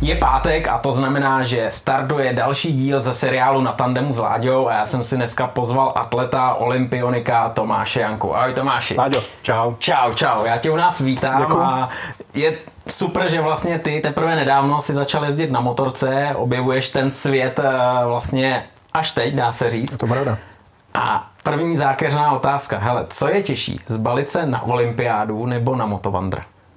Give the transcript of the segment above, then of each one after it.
Je pátek a to znamená, že startuje další díl ze seriálu Na tandemu s Láďou a já jsem si dneska pozval atleta, olympionika Tomáše Janku. Ahoj Tomáši. Láďo, čau. Čau, já tě u nás vítám. Děkuju. A je super, že vlastně ty teprve nedávno si začal jezdit na motorce, objevuješ ten svět vlastně až teď, dá se říct. Je to pravda. A první zákeřná otázka, hele, co je těžší, zbalit se na olympiádu nebo na motovandr?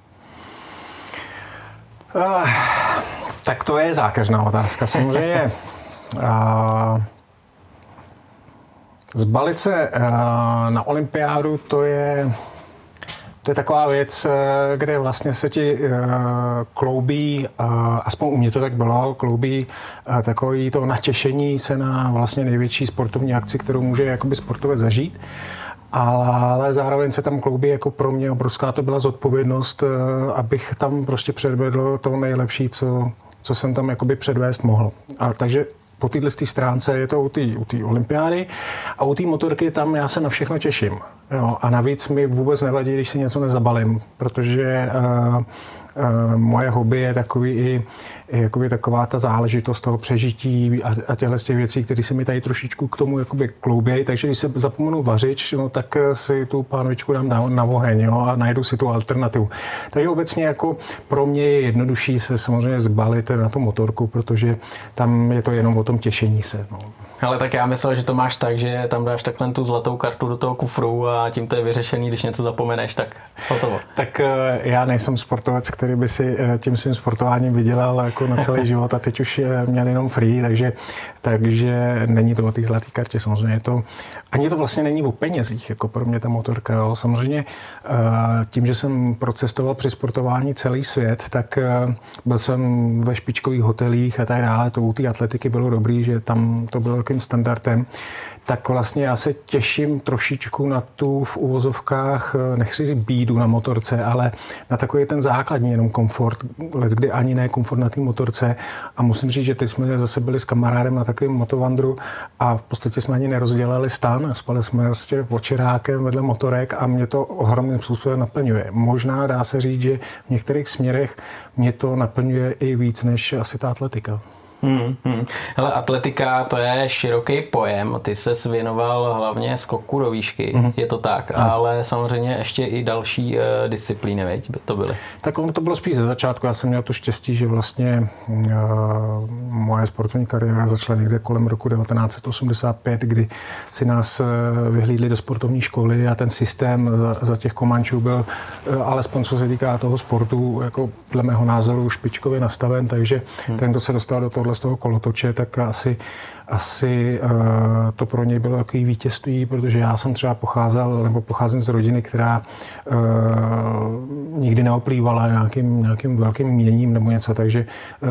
Tak to je zákeřná otázka. Samozřejmě zbalit se na olympiádu, to je taková věc, kde vlastně se ti kloubí, aspoň u mě to tak bylo, kloubí takový to natěšení se na vlastně největší sportovní akci, kterou může jakoby sportovec zažít. Ale zároveň se tam kloubí, jako pro mě obrovská to byla zodpovědnost, abych tam prostě předvedl to nejlepší, co jsem tam jakoby předvést mohl. A takže po této stránce je to u té olympiády a u té motorky tam já se na všechno těším. Jo, a navíc mi vůbec nevadí, když si něco nezabalím, protože moje hobby je takový i jakoby taková ta záležitost toho přežití a těchto těch věcí, které se mi tady trošičku k tomu jakoby kloubějí, takže když se zapomenu vařič, no, tak si tu pánvičku dám na oheň, jo, a najdu si tu alternativu. Takže obecně jako pro mě je jednodušší se samozřejmě zbalit na tu motorku, protože tam je to jenom o tom těšení se. No. Hele, tak já myslel, že to máš tak, že tam dáš takhle tu zlatou kartu do toho kufru a tím to je vyřešený, když něco zapomeneš, tak hotovo. Tak já nejsem sportovec, který by si tím svým sportováním vydělal jako na celý život a teď už měl jenom free, takže není to o té zlaté kartě, samozřejmě ani to vlastně není o penězích, jako pro mě ta motorka, jo. Samozřejmě tím, že jsem procestoval při sportování celý svět, tak byl jsem ve špičkových hotelích a tak dále, to u té atletiky bylo dobrý, že tam to bylo takovým standardem, tak vlastně já se těším trošičku na tu v uvozovkách, nechci říct bídu na motorce, ale na takový ten základní jenom komfort, leckdy ani ne komfort na té motorce a musím říct, že teď jsme zase byli s kamarádem na takovém motovandru a v podstatě jsme ani nerozdělali stan, spali jsme prostě očerákem vedle motorek a mě to ohromným způsobem naplňuje. Možná dá se říct, že v některých směrech mě to naplňuje i víc než asi ta atletika. Hele, atletika, to je široký pojem, ty ses věnoval hlavně skoku do výšky, je to tak, ale samozřejmě ještě i další disciplíny, veď, by to byly. Tak ono to bylo spíš ze začátku, já jsem měl to štěstí, že vlastně moje sportovní kariéra začala někde kolem roku 1985, kdy si nás vyhlídli do sportovní školy a ten systém za těch komančů byl, alespoň co se týká toho sportu, jako dle mého názoru špičkově nastaven, takže ten, kdo se dostal do tohle z toho kolotoče, tak asi to pro něj bylo takový vítězství, protože já jsem třeba pocházím z rodiny, která nikdy neoplývala nějakým velkým měním nebo něco, takže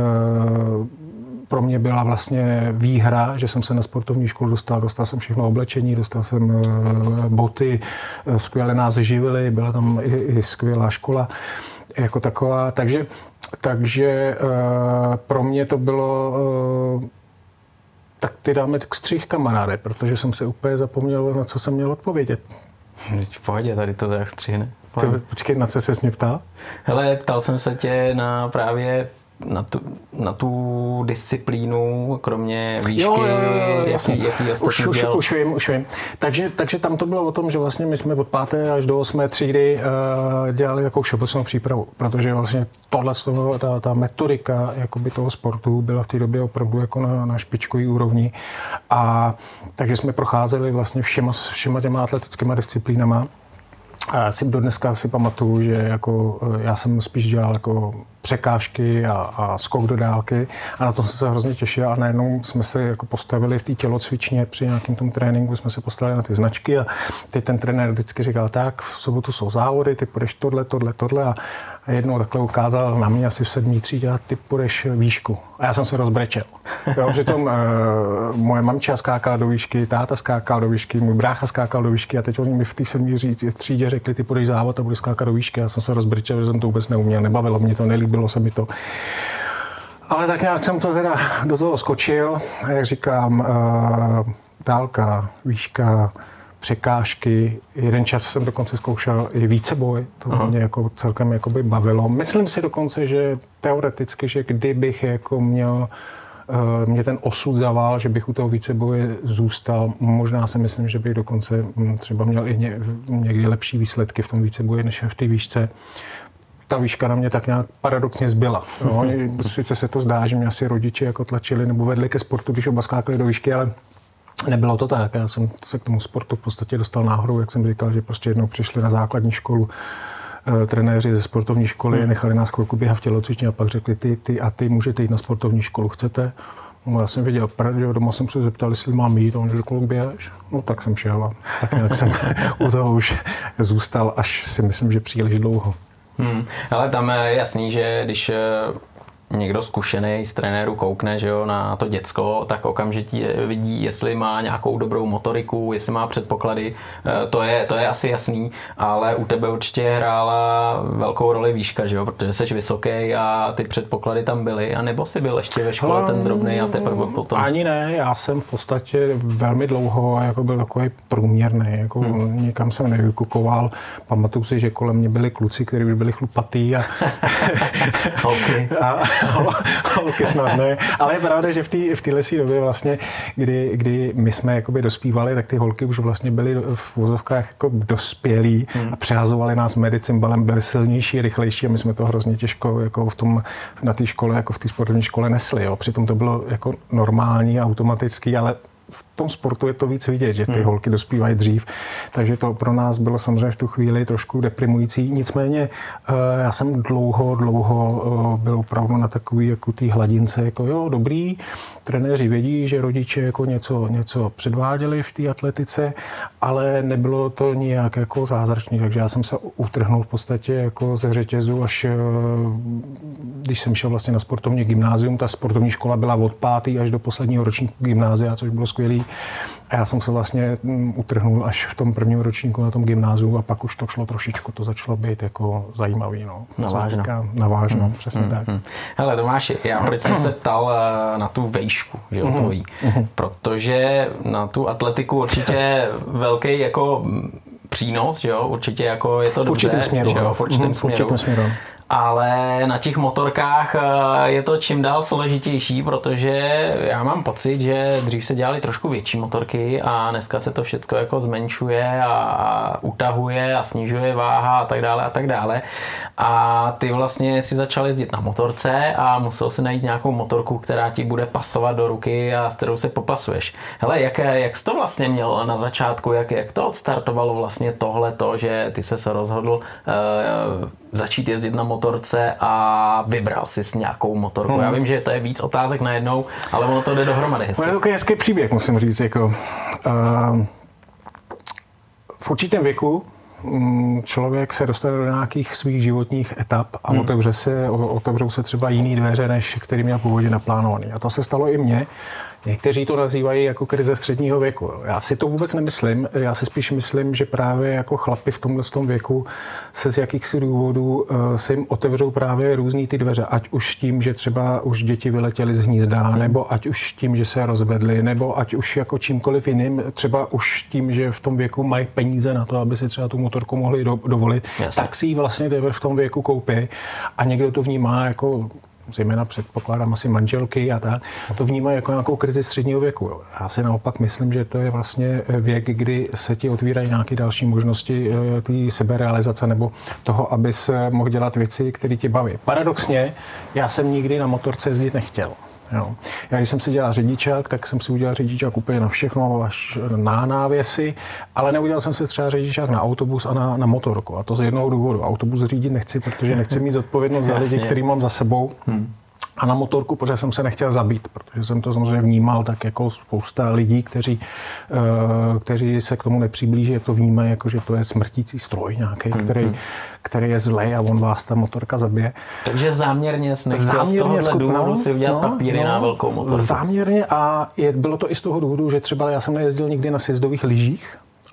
pro mě byla vlastně výhra, že jsem se na sportovní školu dostal jsem všechno oblečení, dostal jsem boty, skvěle nás živili, byla tam i skvělá škola jako taková, takže pro mě to bylo tak ty dáme k střih, kamaráde, protože jsem se úplně zapomněl, na co jsem měl odpovědět. V pohodě, tady to jak střihne. Počkej, na co ses mě ptal? Hele, ptal jsem se tě na právě na tu disciplínu, kromě výšky, jaký ostatní dělal? Už vím. Takže tam to bylo o tom, že vlastně my jsme od 5. až do 8. třídy dělali jako všeobecnou přípravu, protože vlastně ta metodika jakoby toho sportu byla v té době opravdu jako na špičkový úrovni a takže jsme procházeli vlastně všema těma atletickýma disciplínama. A já si dodneska si pamatuju, že jako já jsem spíš dělal jako překážky a skok do dálky a na to jsem se hrozně těšil a najednou jsme se jako postavili v té tělocvičně při nějakém tom tréninku, jsme se postavili na ty značky a teď ten trenér vždycky říkal, tak v sobotu jsou závody, ty půjdeš tohle a jednou takhle ukázal na mě asi v 7. třídě a ty půjdeš výšku. A já jsem se rozbrečel. Jo, přitom moje mamča skákala do výšky, táta skákal do výšky, můj brácha skákal do výšky a teď oni mi v té 7. třídě řekli, ty půjdeš závod a budeš skákat do výšky. Já jsem se rozbrečel, že jsem to vůbec neuměl, nebavilo mě to, nelíbilo se mi to. Ale tak nějak jsem to teda do toho skočil a jak říkám, dálka, výška, překážky. Jeden čas jsem dokonce zkoušel i víceboj, to mě jako celkem jakoby bavilo. Myslím si dokonce, že teoreticky, že kdybych jako měl mě ten osud zavál, že bych u toho víceboje zůstal. Možná si myslím, že bych dokonce třeba měl i někdy lepší výsledky v tom víceboji, než v té výšce. Ta výška na mě tak nějak paradoxně zbyla. No, sice se to zdá, že mě asi rodiče jako tlačili nebo vedli ke sportu, když oba skákali do výšky, ale nebylo to tak. Já jsem se k tomu sportu v podstatě dostal náhodou, jak jsem říkal, že prostě jednou přišli na základní školu trenéři ze sportovní školy, nechali nás chvilku běhat v tělocvičně a pak řekli, ty můžete jít na sportovní školu, chcete? No, já jsem viděl, že doma jsem se zeptal, jestli mám jít, on řekl, kolik běháš? No tak jsem šel a tak nějak jsem u toho už zůstal, až si myslím, že příliš dlouho. Ale tam je jasný, že když někdo zkušený z trenéru koukne, že jo, na to děcko, tak okamžitě vidí, jestli má nějakou dobrou motoriku, jestli má předpoklady, to je asi jasný, ale u tebe určitě hrála velkou roli výška, že jo, protože jsi vysoký a ty předpoklady tam byly, a nebo jsi byl ještě ve škole ten drobnej a teprve potom? Ani ne, já jsem v podstatě velmi dlouho jako byl takový průměrný, jako nikam jsem nevykukoval, pamatuju si, že kolem mě byli kluci, kteří už byli chlupatý a holky snad ne, ale je pravda, že v téhle době vlastně, kdy my jsme jakoby dospívali, tak ty holky už vlastně byly v vozovkách jako dospělí a přehazovali nás medicimbalem, byly silnější, rychlejší a my jsme to hrozně těžko jako na té škole, jako v té sportovní škole nesli. Jo. Přitom to bylo jako normální, automatický, ale v tom sportu je to víc vidět, že ty holky dospívají dřív, takže to pro nás bylo samozřejmě v tu chvíli trošku deprimující. Nicméně já jsem dlouho byl opravdu na takový jako té hladince, jako jo, dobrý, trenéři vědí, že rodiče jako něco předváděli v té atletice, ale nebylo to nijak jako zázračný, takže já jsem se utrhnul v podstatě jako ze řetězu, až když jsem šel vlastně na sportovní gymnázium, ta sportovní škola byla od 5. až do posledního ročníku gymnázia, což bylo skvělý. A já jsem se vlastně utrhnul až v tom prvním ročníku na tom gymnáziu a pak už to šlo trošičku, to začalo být jako zajímavý. No. Navážno, přesně tak. Hele Tomáši, já proč jsem se ptal na tu vejšku, že jo, tvojí? Protože na tu atletiku určitě velký jako přínos, že jo, určitě jako je to dobře, v určitém směru. Ale na těch motorkách je to čím dál složitější, protože já mám pocit, že dřív se dělaly trošku větší motorky a dneska se to všechno jako zmenšuje a utahuje a snižuje váha a tak dále a tak dále. A ty vlastně si začal jezdit na motorce a musel si najít nějakou motorku, která ti bude pasovat do ruky a s kterou se popasuješ. Hele, jak jsi to vlastně měl na začátku, jak to odstartovalo vlastně tohleto, že ty se rozhodl začít jezdit na motorce a vybral si nějakou motorku. Já vím, že to je víc otázek najednou, ale ono to jde dohromady hezky. To je takový hezký příběh, musím říct. Jako, v určitém věku člověk se dostane do nějakých svých životních etap a otevřou se třeba jiný dveře, než který měl původně naplánovaný. A to se stalo i mně. Někteří to nazývají jako krize středního věku. Já si to vůbec nemyslím. Já si spíš myslím, že právě jako chlapi v tomhle věku se z jakýchsi důvodů se jim otevřou právě různý ty dveře. Ať už tím, že třeba už děti vyletěly z hnízda, nebo ať už tím, že se rozvedli, nebo ať už jako čímkoliv jiným, třeba už tím, že v tom věku mají peníze na to, aby si třeba tu motorku mohli dovolit, tak si ji vlastně v tom věku koupí a někdo to vnímá jako zejména předpokládám asi manželky a tak, to vnímají jako nějakou krizi středního věku. Jo. Já si naopak myslím, že to je vlastně věk, kdy se ti otvírají nějaké další možnosti té seberealizace nebo toho, abys mohl dělat věci, které tě baví. Paradoxně, já jsem nikdy na motorce jezdit nechtěl. Jo. Já když jsem si dělal řidičák, tak jsem si udělal řidičák úplně na všechno, až na návěsy, ale neudělal jsem si třeba řidičák na autobus a na motorku. A to z jednoho důvodu. Autobus řídit nechci, protože nechci mít zodpovědnost za lidi, který mám za sebou. A na motorku, protože jsem se nechtěl zabít, protože jsem to samozřejmě vnímal tak jako spousta lidí, kteří se k tomu nepřiblíží, jak to vnímají, jako že to je smrtící stroj nějaký, který je zlej a on vás ta motorka zabije. Takže záměrně jsi nechtěl z tohohle důvodu si udělat papíry na velkou motorku. Záměrně a bylo to i z toho důvodu, že třeba já jsem nejezdil nikdy na sjezdových lyžích,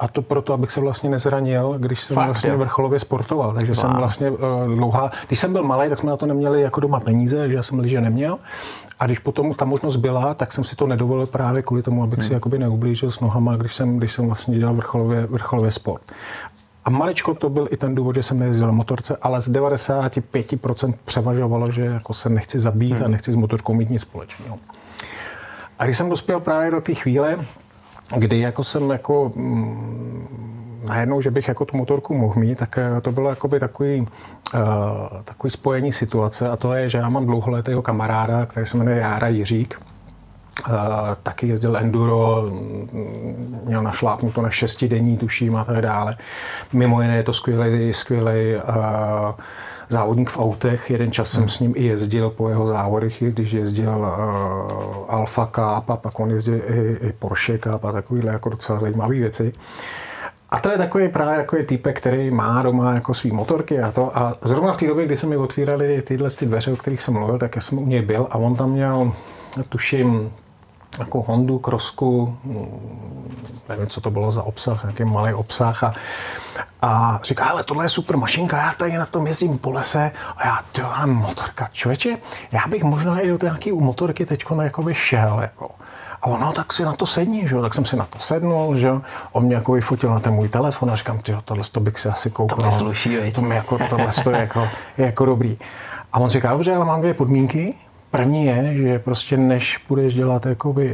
a to proto, abych se vlastně nezranil, když jsem vlastně vrcholově sportoval. Takže jsem vlastně dlouhá, když jsem byl malý, tak jsme na to neměli jako doma peníze, že já jsem lyže neměl. A když potom ta možnost byla, tak jsem si to nedovolil právě kvůli tomu, abych si jakoby neublížil s nohama, když jsem vlastně dělal vrcholově sport. A maličko to byl i ten důvod, že jsem nejezdil na motorce, ale z 95% převažovalo, že jako se nechci zabít a nechci s motorkou mít nic společného. A když jsem dospěl právě do té chvíle, kdy jako jsem jako najednou, že bych jako tu motorku mohl mít, tak to bylo jakoby takový spojení situace, a to je, že já mám dlouholetého kamaráda, který se jmenuje Jára Jiřík. Taky jezdil enduro, měl našlápnuto na 6denní, tuším, a tak dále. Mimo jiné je to skvělý závodník v autech. Jeden čas jsem s ním i jezdil po jeho závodech, když jezdil Alfa Cup, a pak on jezdil i Porsche Cup a takovýhle jako docela zajímavé věci. A to je takový právě jako týpek, který má doma jako svý motorky a to. A zrovna v té době, kdy se mi otvírali tyhle dveře, o kterých jsem mluvil, tak já jsem u něj byl a on tam měl, tuším, jako Hondu, Crossku, nevím, co to bylo za obsah, nějaký malý obsah, a říká, ale tohle je super mašinka, já tady na tom jezdím po lese a já, ale motorka, člověče, já bych možná i do nějaký motorky teďko jakoby šel, jako. A ono, tak si na to sedni, že jo, tak jsem si na to sednul, že jo, on mě jako vyfotil na ten můj telefon a říkám, tohle bych si asi koukal. To mi sluší, veď. To mi jako, tohle je jako dobrý. A on říká, dobře, ale mám 2 podmínky. První je, že prostě než budeš dělat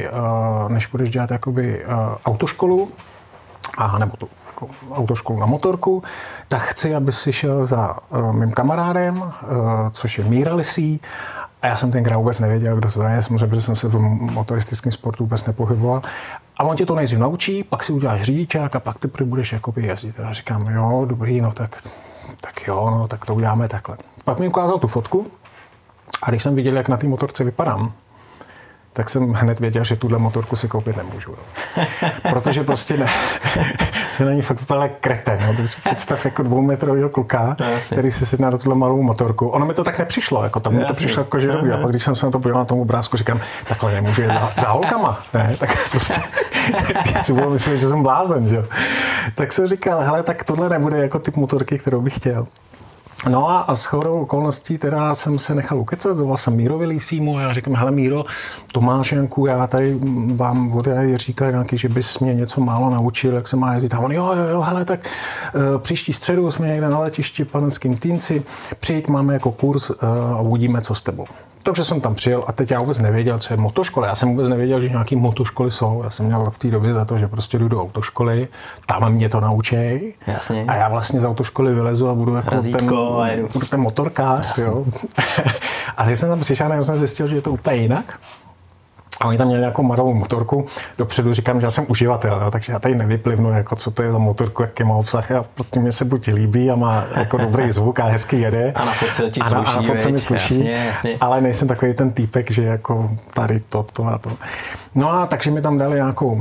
autoškolu, nebo tu jako autoškolu na motorku, tak chci, aby si šel za mým kamarádem, což je Míra Lisý. A já jsem tenkrát vůbec nevěděl, kdo to je, samozřejmě, protože jsem se v motoristickém sportu vůbec nepohyboval. A on tě to nejdřív naučí, pak si uděláš řidičák a pak ty budeš jakoby jezdit. A já říkám, jo, dobrý, no tak to uděláme takhle. Pak mi ukázal tu fotku a když jsem viděl, jak na té motorce vypadám, tak jsem hned věděl, že tuhle motorku si koupit nemůžu. Protože prostě se na ní fakt vypadal kreten. No. Ty si představ jako 2metrového kluka, který si sedná do tuhle malou motorku. Ono mi to tak nepřišlo, jako tam mi to přišlo jako, že dobrý. A pak když jsem se na to podíval na tom obrázku, říkám, takhle nemůžu jet za holkama. Ne? Tak prostě si budu myslet, že jsem blázen. Že? Tak jsem říkal, hele, tak tohle nebude jako typ motorky, kterou bych chtěl. No a shodou okolností teda jsem se nechal ukecat, zavolal jsem Mírovi Lisýmu a já říkám, hele Míro, Tomáš Janku, já tady vám od Jiříka nějaký, že bys mě něco málo naučil, jak se má jezdit. A on jo, hele, tak příští středu jsme někde na letišti Panenským Týnci, přijď, máme jako kurz a uvidíme, co s tebou. Takže jsem tam přijel a teď já vůbec nevěděl, co je motoškola. Já jsem vůbec nevěděl, že nějaký motoškoly jsou. Já jsem měl v té době za to, že prostě jdu do autoškoly, tam mě to naučej. Jasně. A já vlastně z autoškoly vylezu a budu jako ten motorkář. Jo. A teď jsem tam přišel a jsem zjistil, že je to úplně jinak. A oni tam měli nějakou malou motorku. Dopředu říkám, že já jsem uživatel, jo, takže já tady nevyplivnu, jako, co to je za motorku, jaký má obsah. A prostě mě se buď líbí a má jako dobrý zvuk a hezky jede. A na fotce ti sluší. A na fotce mi sluší. Jasně. Ale nejsem takový ten týpek, že jako tady to a to. No a takže mi tam dali nějakou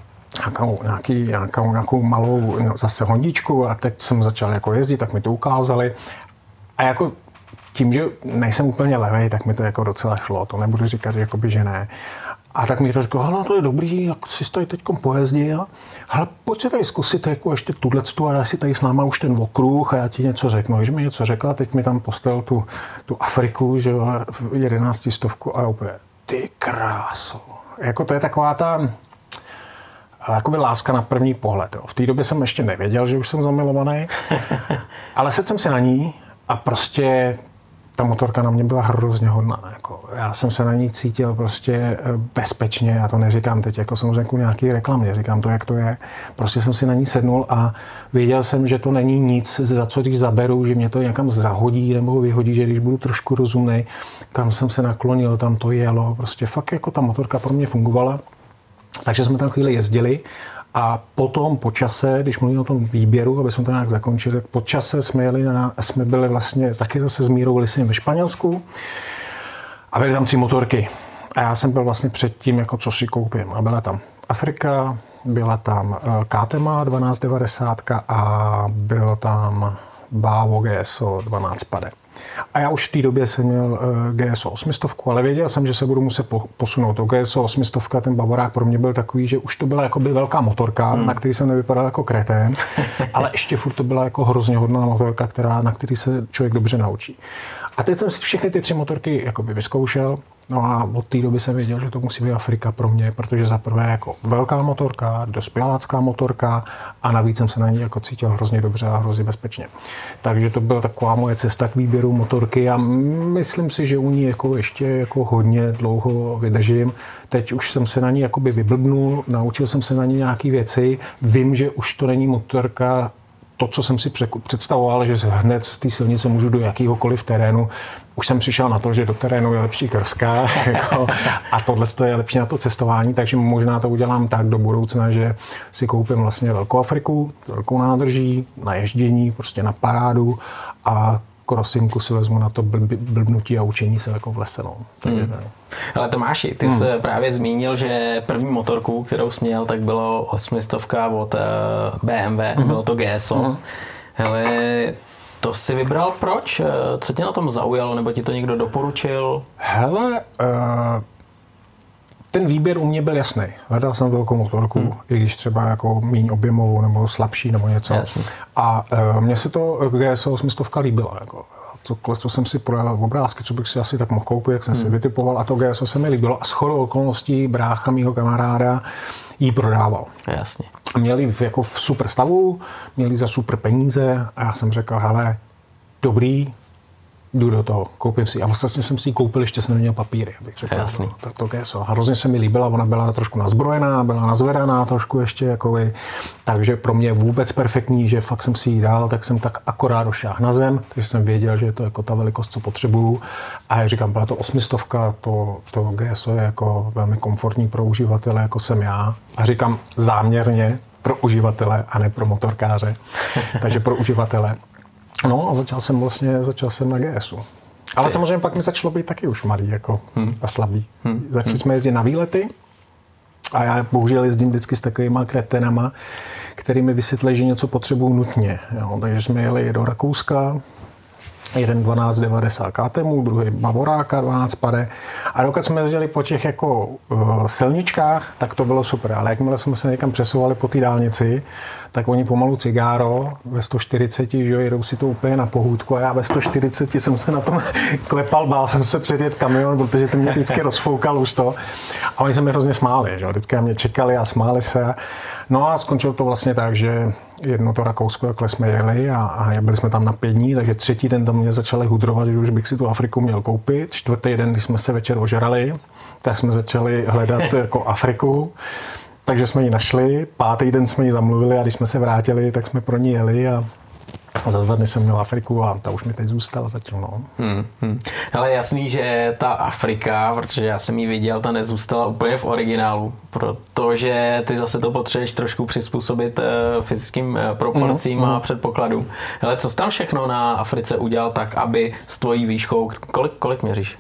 malou zase hondičku a teď jsem začal jako jezdit, tak mi to ukázali. A jako tím, že nejsem úplně levej, tak mi to jako docela šlo. To nebudu říkat, že ne. A tak mi to řekl, hele, to je dobrý, jak si tady teďkom pojezdí. Hele, pojď si tady zkusit jako ještě tuto a daj si tady s náma už ten okruh a já ti něco řeknu. Když mi něco řekla, teď mi tam postavil tu Afriku, že 11 stovku a úplně, ty kráso. Jako to je taková ta jakoby láska na první pohled. Jo. V té době jsem ještě nevěděl, že už jsem zamilovaný, ale sedl jsem si na ní a prostě ta motorka na mě byla hrozně hodná. Jako, já jsem se na ní cítil prostě bezpečně, já to neříkám teď jako samozřejmě nějaký reklamě, říkám to, jak to je. Prostě jsem si na ní sednul a věděl jsem, že to není nic, za co když zaberu, že mě to někam zahodí nebo vyhodí, že když budu trošku rozumnej, kam jsem se naklonil, tam to jelo. Prostě fakt jako ta motorka pro mě fungovala. Takže jsme tam chvíli jezdili. A potom po čase, když mluvím o tom výběru, aby jsme to nějak zakončili, po čase jsme byli vlastně taky zase s Mírou Lisým ve Španělsku a byly tam 3 motorky. A já jsem byl vlastně před tím, jako co si koupím. A byla tam Afrika, byla tam KTM 1290 a Bávo GSO 12 pade. A já už v té době jsem měl GSO 800, ale věděl jsem, že se budu muset posunout. To GSO 800, ten Bavorák pro mě byl takový, že už to byla jakoby velká motorka, na který jsem nevypadal jako kretén, ale ještě furt to byla jako hrozně hodná motorka, na který se člověk dobře naučí. A teď jsem si všechny ty 3 motorky jakoby vyzkoušel. No a od té doby jsem věděl, že to musí být Afrika pro mě, protože za prvé jako velká motorka, dospělácká motorka a navíc jsem se na ní jako cítil hrozně dobře a hrozně bezpečně. Takže to byla taková moje cesta k výběru motorky a myslím si, že u ní jako ještě jako hodně dlouho vydržím. Teď už jsem se na ní jakoby vyblbnul, naučil jsem se na ní nějaké věci, vím, že už to není motorka to, co jsem si představoval, že hned z té silnice můžu do jakýhokoliv terénu. Už jsem přišel na to, že do terénu je lepší krska jako, a tohle je lepší na to cestování, takže možná to udělám tak do budoucna, že si koupím vlastně velkou Afriku, velkou nádrží, na ježdění, prostě na parádu a krosinku si vezmu na to blbnutí a učení se jako v lese. No. Takže, Ale Tomáši, ty jsi právě zmínil, že první motorku, kterou jsi měl, tak bylo 800 od BMW, bylo to GSO. Hele, to jsi vybral proč? Co tě na tom zaujalo, nebo ti to někdo doporučil? Hele, ten výběr u mě byl jasný. Hledal jsem velkou motorku, i když třeba jako méně objemovou nebo slabší nebo něco. Jasně. A mně se to GSO 800 líbilo. Jako. Co jsem si projel obrázky, co bych si asi tak mohl koupit, jak jsem si vytipoval a to GSO se mi líbilo. A shodou okolností brácha mýho kamaráda jí prodával. Jasně. A měli jako v super stavu, měli za super peníze a já jsem řekl, hele, dobrý, jdu do toho, koupím si. A vlastně jsem si ji koupil, ještě jsem neměl papíry, abych řekl. Jasný. To GSO. A hrozně se mi líbila, ona byla trošku nazbrojená, byla nazvedaná trošku ještě jakoby. Takže pro mě vůbec perfektní, že fakt jsem si ji dal, tak jsem tak akorát došáhl na zem, takže jsem věděl, že je to jako ta velikost, co potřebuju. A jak říkám, byla to 800, to GSO je jako velmi komfortní pro uživatele, jako jsem já. A říkám záměrně pro uživatele a ne pro motorkáře. Takže pro uživatele. No a začal jsem na GSu. Ale samozřejmě pak mi začalo být taky už malý jako a slabý. Začali jsme jezdit na výlety a já bohužel jezdím vždycky s takovýma kretenama, který mi vysvětlí, že něco potřebuju nutně. Jo. Takže jsme jeli do Rakouska, jeden 1290 KTM, druhý Bavoráka 12 pade. A dokud jsme jezdili po těch jako silničkách, tak to bylo super. Ale jakmile jsme se někam přesouvali po té dálnici, tak oni pomalu cigáro ve 140, že jo, jedou si to úplně na pohůdku a já ve 140 jsem se na tom klepal, bál jsem se předjet kamion, protože ten mě vždycky rozfoukal už to. A oni se mi hrozně smáli, že jo, vždycky na mě čekali a smáli se. No a skončilo to vlastně tak, že jedno to Rakousko, jakhle jsme jeli a byli jsme tam na 5 dní, takže 3. den tam mě začali hudrovat, že už bych si tu Afriku měl koupit. 4. den, když jsme se večer ožrali, tak jsme začali hledat jako Afriku. Takže jsme ji našli, 5. den jsme ji zamluvili a když jsme se vrátili, tak jsme pro ní jeli a za 2 dny jsem měl Afriku a ta už mi teď zůstala zatím. No. Ale jasný, že ta Afrika, protože já jsem ji viděl, ta nezůstala úplně v originálu, protože ty zase to potřebuješ trošku přizpůsobit fyzickým proporcím a předpokladům. Ale co jsi tam všechno na Africe udělal tak, aby s tvojí výškou, kolik měříš?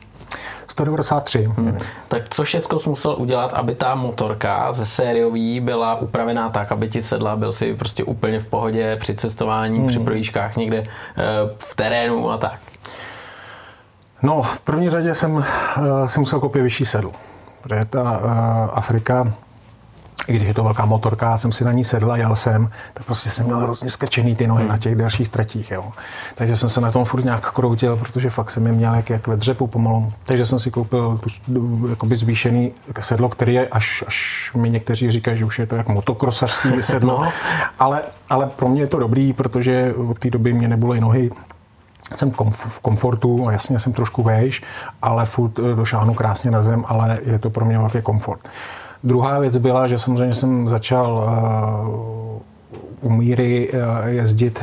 193. Tak co všecko jsi musel udělat, aby ta motorka ze sériový byla upravená tak, aby ti sedla, byl si prostě úplně v pohodě při cestování, při projížďkách někde v terénu a tak? No, v první řadě jsem si musel koupit vyšší sedl, protože ta Afrika, i když je to velká motorka, jsem si na ní sedl a jel jsem, tak prostě jsem měl hrozně skrčený ty nohy na těch dalších tratích. Jo. Takže jsem se na tom furt nějak kroutil, protože fakt jsem je měl jak ve dřepu pomalu. Takže jsem si koupil jakoby zvýšený sedlo, který je, až mi někteří říkají, že už je to jak motokrosařský sedlo. Ale pro mě je to dobrý, protože od té doby mě nebolej nohy. Jsem v komfortu, jasně jsem trošku vejš, ale furt došáhnu krásně na zem, ale je to pro mě velký komfort. Druhá věc byla, že samozřejmě jsem začal u míry jezdit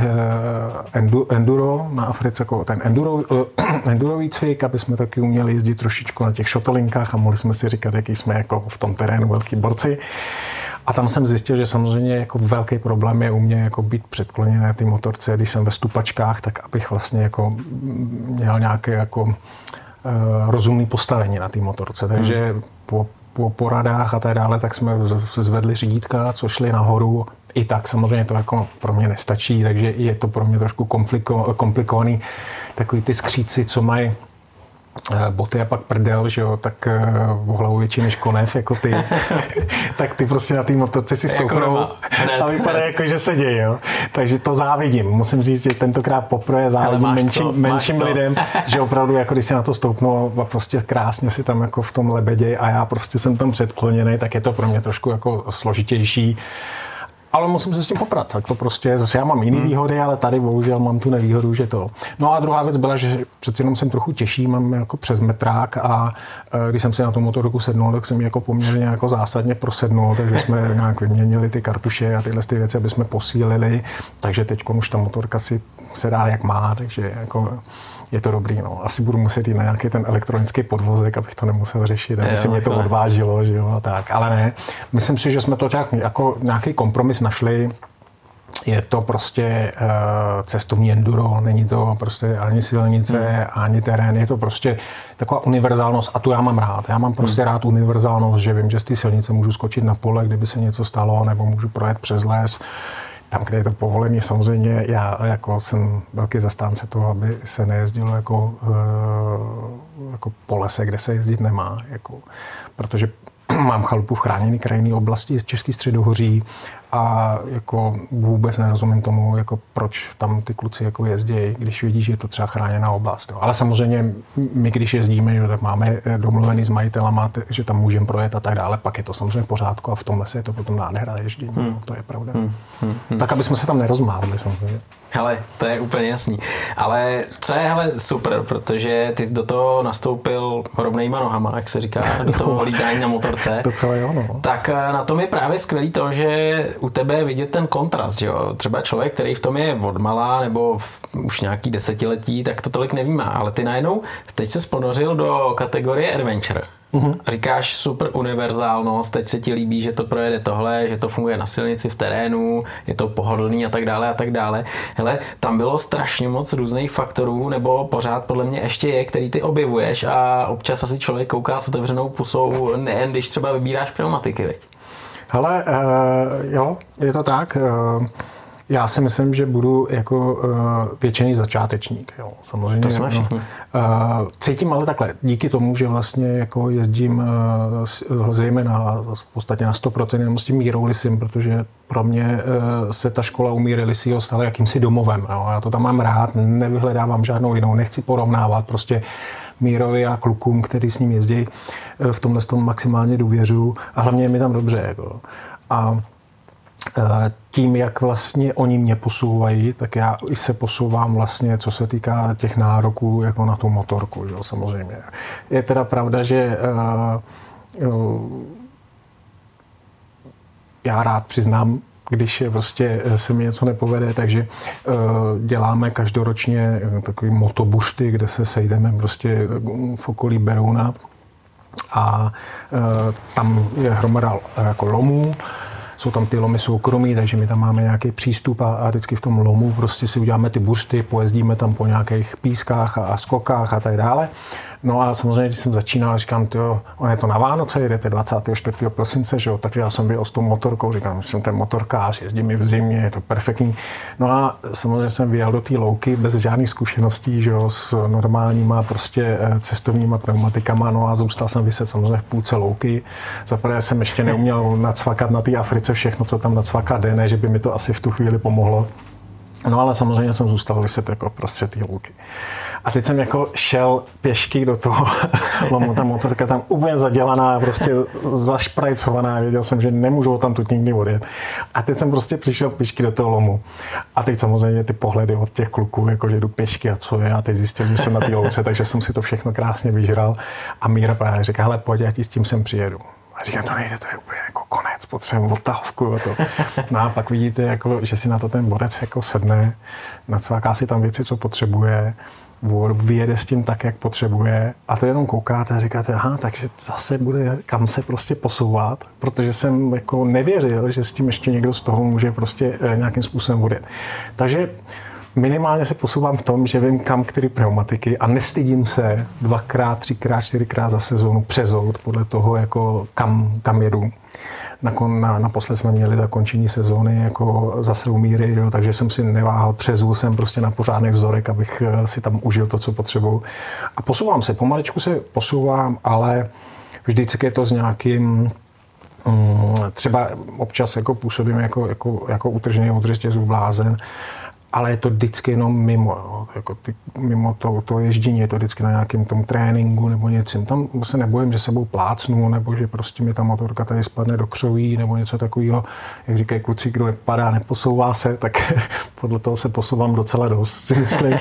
enduro na Africe, jako ten endurový cvik, aby jsme taky uměli jezdit trošičku na těch šotolinkách a mohli jsme si říkat, jaký jsme jako v tom terénu velký borci. A tam jsem zjistil, že samozřejmě jako velký problém je u mě jako být předkloněný na ty motorce, když jsem ve stupačkách, tak abych vlastně jako měl nějaké jako rozumné postavení na té motorce. Takže po poradách a tak dále, tak jsme zvedli řídítka, co šli nahoru. I tak samozřejmě to jako pro mě nestačí, takže je to pro mě trošku komplikovaný. Takový ty skříci, co mají boty a pak prdel, že jo, tak o hlavu větší než konev, jako ty, tak ty prostě na té motorce si stoupnou a vypadá jako, že se děje, jo. Takže to závidím. Musím říct, že tentokrát poprvé závidím menším lidem, že opravdu, jako když si na to stoupnou a prostě krásně si tam jako v tom lebedě a já prostě jsem tam předkloněný, tak je to pro mě trošku jako složitější. Ale musím se s tím poprat, tak to prostě, zase já mám jiný výhody, ale tady bohužel mám tu nevýhodu, že to. No a druhá věc byla, že přeci jenom jsem trochu těžší, mám jako přes metrák a když jsem si na tu motorku sednul, tak jsem ji jako poměrně jako zásadně prosednul, takže jsme nějak vyměnili ty kartuše a tyhle ty věci, aby jsme posílili, takže teď už ta motorka si se dá jak má, takže jako je to dobrý, no. Asi budu muset jít na nějaký ten elektronický podvozek, abych to nemusel řešit, aby se mě to odvážilo, že jo, a tak. Ale ne, myslím si, že jsme to jako nějaký kompromis našli. Je to prostě cestovní enduro, není to prostě ani silnice, ani terén, je to prostě taková univerzálnost a tu já mám rád. Já mám prostě rád univerzálnost, že vím, že z té silnice můžu skočit na pole, kdyby se něco stalo, nebo můžu projet přes les. Tam, kde je to povolené, samozřejmě já jako jsem velký zastánce toho, aby se nejezdilo jako po lese, kde se jezdit nemá. Jako, protože mám chalupu v chráněné krajinné oblasti z České středohoří a jako vůbec nerozumím tomu, jako proč tam ty kluci jako jezdí, když vidí, že je to třeba chráněná oblast. Jo. Ale samozřejmě my, když jezdíme, jo, tak máme domluvený s majitelama, že tam můžeme projet a tak dále, pak je to samozřejmě v pořádku a v tom lese je to potom nádhera ježdění, to je pravda. Tak, aby jsme se tam nerozmávli samozřejmě. Hele, to je úplně jasný. Ale co je, hele, super, protože ty jsi do toho nastoupil rovnejma nohama, jak se říká, do toho lítání na motorce. Docela jo, no. Tak na tom je právě skvělý to, že u tebe je vidět ten kontrast, jo. Třeba člověk, který v tom je odmala nebo už nějaký desetiletí, tak to tolik nevnímá, ale ty najednou teď se ponořil do kategorie adventure. Říkáš super univerzálnost, teď se ti líbí, že to projede tohle, že to funguje na silnici, v terénu, je to pohodlný a tak dále a tak dále. Hele, tam bylo strašně moc různých faktorů, nebo pořád podle mě ještě je, který ty objevuješ a občas asi člověk kouká s otevřenou pusou, nejen když třeba vybíráš pneumatiky, veď? Hele, jo, je to tak. Já si myslím, že budu jako většiný začátečník. Jo. Samozřejmě, to jsme všichni. Cítím ale takhle, díky tomu, že vlastně jako jezdím zejména v podstatě na 100% jenom s tím Mírou Lisym, protože pro mě se ta škola u Míry Lisýho stala jakýmsi domovem. Jo. Já to tam mám rád, nevyhledávám žádnou jinou, nechci porovnávat, prostě Mírovi a klukům, který s ním jezdí, v tomhle tom maximálně důvěřuju a hlavně je mi tam dobře. Jako. A tím, jak vlastně oni mě posouvají, tak já i se posouvám vlastně, co se týká těch nároků jako na tu motorku, že, samozřejmě. Je teda pravda, že já rád přiznám, když prostě se mi něco nepovede, takže děláme každoročně takový motobušty, kde se sejdeme prostě v okolí Berouna a tam je hromada jako lomů. Jsou tam ty lomy soukromí, takže my tam máme nějaký přístup a vždycky v tom lomu prostě si uděláme ty bušty, pojezdíme tam po nějakých pískách a skokách a tak dále. No a samozřejmě, když jsem začínal, říkám, on je to na Vánoce, jedete 24. prosince, že jo, takže já jsem byl s tou motorkou, říkám, že jsem ten motorkář, jezdím mi v zimě, je to perfektní. No a samozřejmě jsem vyjel do té louky bez žádných zkušeností, že jo, s normálníma prostě cestovníma pneumatikama, no a zůstal jsem vyset samozřejmě v půlce louky. Zaprvé jsem ještě neuměl nacvakat na té Africe všechno, co tam nacvakat jde, ne, že by mi to asi v tu chvíli pomohlo. No ale samozřejmě jsem zůstal vyset jako prostřed té louky. A teď jsem jako šel pěšky do toho lomu, ta motorka tam úplně zadělaná, prostě zašprajcovaná, věděl jsem, že nemůžu tam tu nikdy odjet. A teď jsem prostě přišel pěšky do toho lomu. A teď samozřejmě ty pohledy od těch kluků, jako že jdu pěšky a co je, a teď zjistil, že jsem na té louce, takže jsem si to všechno krásně vyžral. A Míra právě říká, hele, pojď, já ti s tím sem přijedu. A říkám, to nejde, to je úplně jako konec, potřebuji odtahovku a to. No a pak vidíte, jako, že si na to ten borec jako sedne, nacváká si tam věci, co potřebuje, vyjede s tím tak, jak potřebuje a to jenom koukáte a říkáte, aha, takže zase bude kam se prostě posouvat, protože jsem jako nevěřil, že s tím ještě někdo z toho může prostě nějakým způsobem odjet. Takže minimálně se posouvám v tom, že vím kam který pneumatiky a nestydím se 2x, 3x, 4x za sezónu přezout podle toho, jako kam jedu. naposled jsme měli zakončení sezóny jako zase u míry, jo, takže jsem si neváhal, přezul jsem prostě na pořádný vzorek, abych si tam užil to, co potřebuju. A posouvám se, pomaličku se posouvám, ale vždycky je to s nějakým třeba občas jako působím jako utržený od řetězu blázen, ale je to vždycky jenom mimo, jako mimo to ježdění, je to vždycky na nějakém tom tréninku nebo něčím. Tam se nebojím, že sebou plácnu, nebo že prostě mi ta motorka tady spadne do křoví, nebo něco takového. Jak říkají kluci, kdo nepadá, neposouvá se, tak podle toho se posouvám docela dost, si myslím.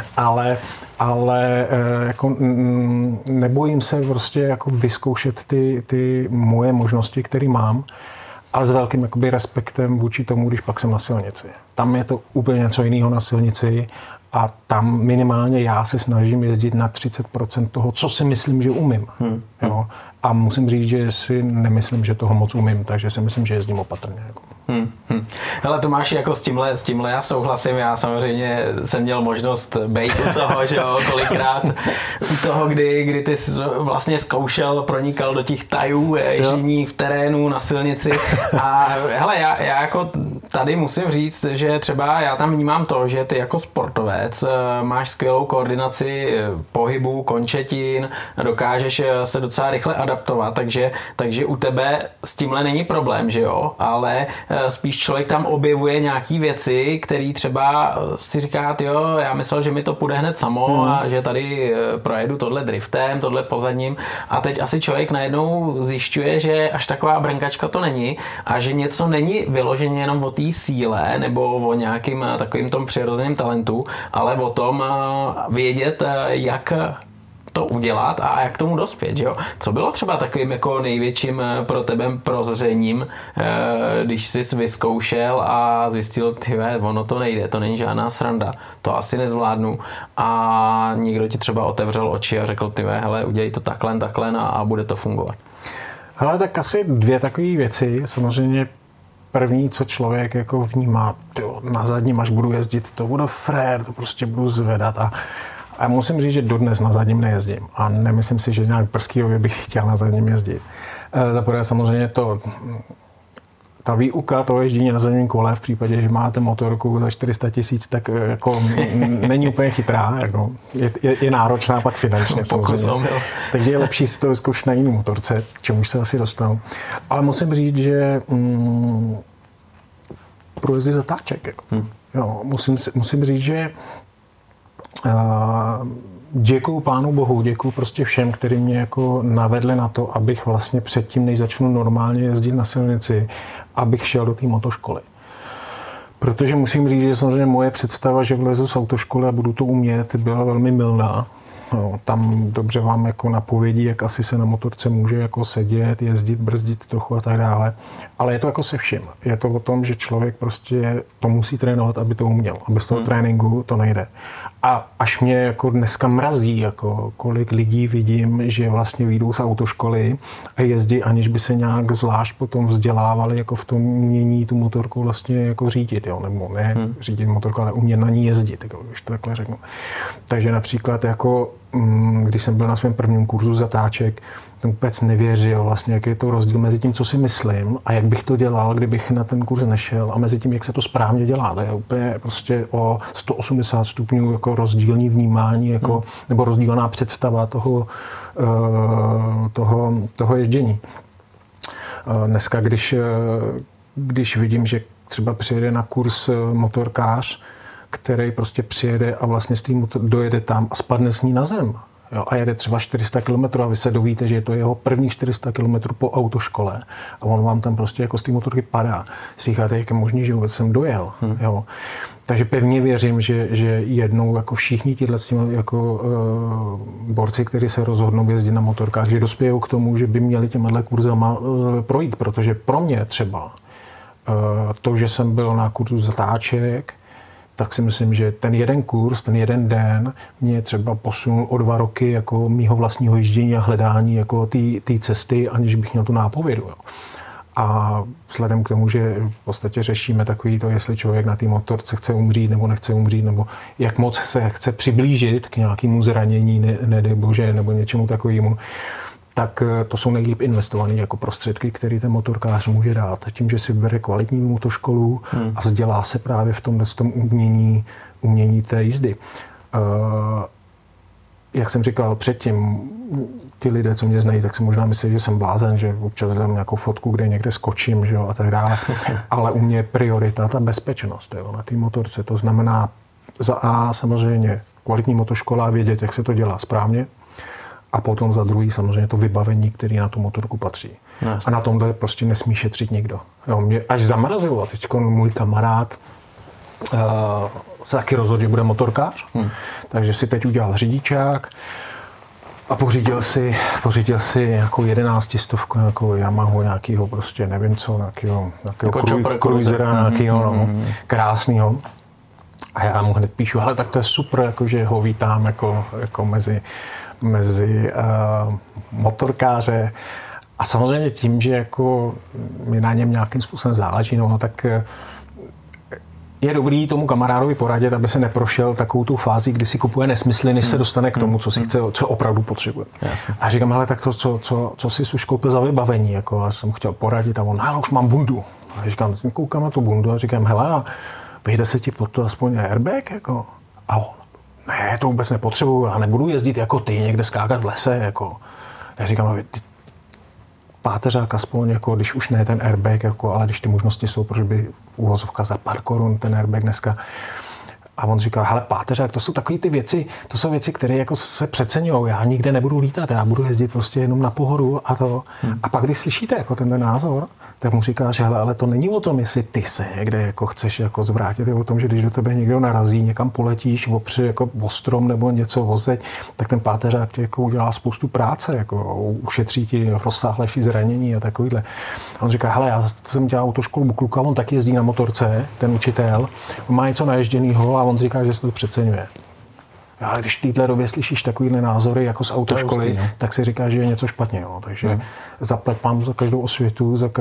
Ale jako nebojím se prostě jako vyzkoušet ty moje možnosti, které mám, ale s velkým jakoby respektem vůči tomu, když pak jsem na silnici. Tam je to úplně něco jiného na silnici a tam minimálně já se snažím jezdit na 30% toho, co si myslím, že umím. Jo? A musím říct, že si nemyslím, že toho moc umím, takže si myslím, že jezdím opatrně. Jako. Hele Tomáši, jako s tímhle já souhlasím, já samozřejmě jsem měl možnost bejt u toho, že jo, kolikrát u toho, kdy ty vlastně zkoušel, pronikal do těch tajů ježdění v terénu, na silnici a hele, já jako tady musím říct, že třeba já tam vnímám to, že ty jako sportovec máš skvělou koordinaci pohybu, končetin, dokážeš se docela rychle adaptovat, takže u tebe s tímhle není problém, že jo, ale spíš člověk tam objevuje nějaký věci, který třeba si říká, jo, já myslel, že mi to půjde hned samo a že tady projedu tohle driftem, tohle pozadním a teď asi člověk najednou zjišťuje, že až taková brnkačka to není a že něco není vyloženě jenom o té síle nebo o nějakým takovým tom přirozeném talentu, ale o tom vědět, jak to udělat a jak tomu dospět, že jo? Co bylo třeba takovým jako největším pro tebe prozřením, když jsi vyzkoušel a zjistil, tyhle, ono to nejde, to není žádná sranda, to asi nezvládnu a někdo ti třeba otevřel oči a řekl, tyhle, hele, udělej to takhle a bude to fungovat. Hele, tak asi dvě takové věci, samozřejmě první, co člověk jako vnímá, tyjo, na zadním, až budu jezdit, to bude frér, to prostě budu zvedat a musím říct, že dodnes na zadním nejezdím a nemyslím si, že nějak prskýově bych chtěl na zadním jezdit. Zaprvé samozřejmě ta výuka toho ježdění na zadním kole v případě, že máte motorku za 400 000, tak jako není úplně chytrá, jako je náročná pak finančně samozřejmě. Takže je lepší si to vyzkoušet na jiný motorce, k čemuž se asi dostanu. Ale musím říct, že průjezdy zatáček. Jako. Jo, musím říct, že děkuju Pánu Bohu, děkuju prostě všem, kteří mě jako navedli na to, abych vlastně předtím, než začnu normálně jezdit na silnici, abych šel do té motoškoly. Protože musím říct, že samozřejmě moje představa, že vlezu z autoškoly a budu to umět, byla velmi mylná. No, tam dobře vám jako napovědí, jak asi se na motorce může jako sedět, jezdit, brzdit trochu a tak dále. Ale je to jako se vším. Je to o tom, že člověk prostě to musí trénovat, aby to uměl. A bez toho tréninku to nejde. A až mě jako dneska mrazí, jako kolik lidí vidím, že vlastně vyjdou z autoškoly a jezdí, aniž by se nějak zvlášť potom vzdělávali jako v tom umění tu motorku vlastně jako řídit, jo? Nebo ne řídit motorku, ale umět na ní jezdit, jako, když to takhle řeknu. Takže například jako když jsem byl na svém prvním kurzu zatáček, jsem vůbec nevěřil vlastně, jaký je to rozdíl mezi tím, co si myslím a jak bych to dělal, kdybych na ten kurz nešel a mezi tím, jak se to správně dělá. To je úplně prostě o 180 stupňů jako rozdílný vnímání, jako, nebo rozdílná představa toho ježdění. Dneska, když vidím, že třeba přijede na kurz motorkář, který prostě přijede a vlastně s tím dojede tam a spadne s ní na zem. Jo, a jede třeba 400 km a vy se dovíte, že je to jeho prvních 400 km po autoškole a on vám tam prostě jako z té motorky padá. Říkáte, jak je možný, že vůbec jsem dojel. Jo. Takže pevně věřím, že jednou jako všichni tíhle jako borci, kteří se rozhodnou jezdit na motorkách, že dospějou k tomu, že by měli těmhle kurzama projít, protože pro mě třeba to, že jsem byl na kurzu zatáček, tak si myslím, že ten jeden kurz, ten jeden den mě třeba posunul o 2 roky jako mýho vlastního ježdění a hledání jako té cesty, aniž bych měl tu nápovědu. Jo. A vzhledem k tomu, že v podstatě řešíme takový to, jestli člověk na té motorce chce umřít nebo nechce umřít, nebo jak moc se chce přiblížit k nějakému zranění, nedej bože, nebo něčemu takovému, tak to jsou nejlíp investované jako prostředky, které ten motorkář může dát. Tím, že si bere kvalitní motoškolu a vzdělá se právě v tom umění té jízdy. Jak jsem říkal předtím, ty lidé, co mě znají, tak si možná myslí, že jsem blázen, že občas dám nějakou fotku, kde někde skočím, že jo, a tak dále. Ale u mě je priorita ta bezpečnost, jo, na té motorce. To znamená za A samozřejmě kvalitní motoškola, vědět, jak se to dělá správně. A potom za druhý samozřejmě to vybavení, které na tu motorku patří. A na tomhle prostě nesmí šetřit nikdo. Jo, mě až zamrazilo. Teď můj kamarád se taky rozhodl, že bude motorkář. Takže si teď udělal řidičák a pořídil si nějakou 11 stovku, nějakou Yamahu, nějakýho prostě nevím co, nějakýho cruisera, nějakýho krásnýho. A já mu hned píšu, hele, tak to je super, jakože ho vítám jako mezi motorkáře. A samozřejmě tím, že jako mi na něm nějakým způsobem záleží, no, tak je dobrý tomu kamarádovi poradit, aby se neprošel takovou tu fázi, kdy si kupuje nesmysly, než se dostane k tomu, co si chce, co opravdu potřebuje. Jasně. A říkám, hele, tak to, co jsi už koupil za vybavení, jako, a jsem mu chtěl poradit a on, hele, už mám bundu. A říkám, koukám na tu bundu a říkám, hele, vyjde se ti pod to aspoň airbag, jako? A on, ne, to vůbec nepotřebuju, já nebudu jezdit jako ty, někde skákat v lese, jako. Já říkám, páteřák aspoň, jako, když už ne ten airbag, jako, ale když ty možnosti jsou, proč by uvozovka za pár korun ten airbag dneska. A on říká, hele, páteřák, to jsou takové ty věci, to jsou věci, které jako se přeceňují, já nikde nebudu lítat, já budu jezdit prostě jenom na pohodu a to. A pak, když slyšíte jako ten názor, tak mu říkáš, hele, ale to není o tom, jestli ty se někde jako chceš jako zvrátit, je o tom, že když do tebe někdo narazí, někam poletíš, opři jako o strom nebo něco vozeď, tak ten páteřák ti jako udělá spoustu práce, jako ušetří ti rozsáhlejší zranění a takovýhle. A on říká, hele, já jsem dělal autoškolu u kluka, on taky jezdí na motorce, ten učitel, on má něco naježděného a on říká, že se to přeceňuje. Ale když v této době slyšíš takovýhle názory jako z autoškoly, tak si říkáš, že je něco špatně. Jo. Takže zaplať pámu za každou osvětu, za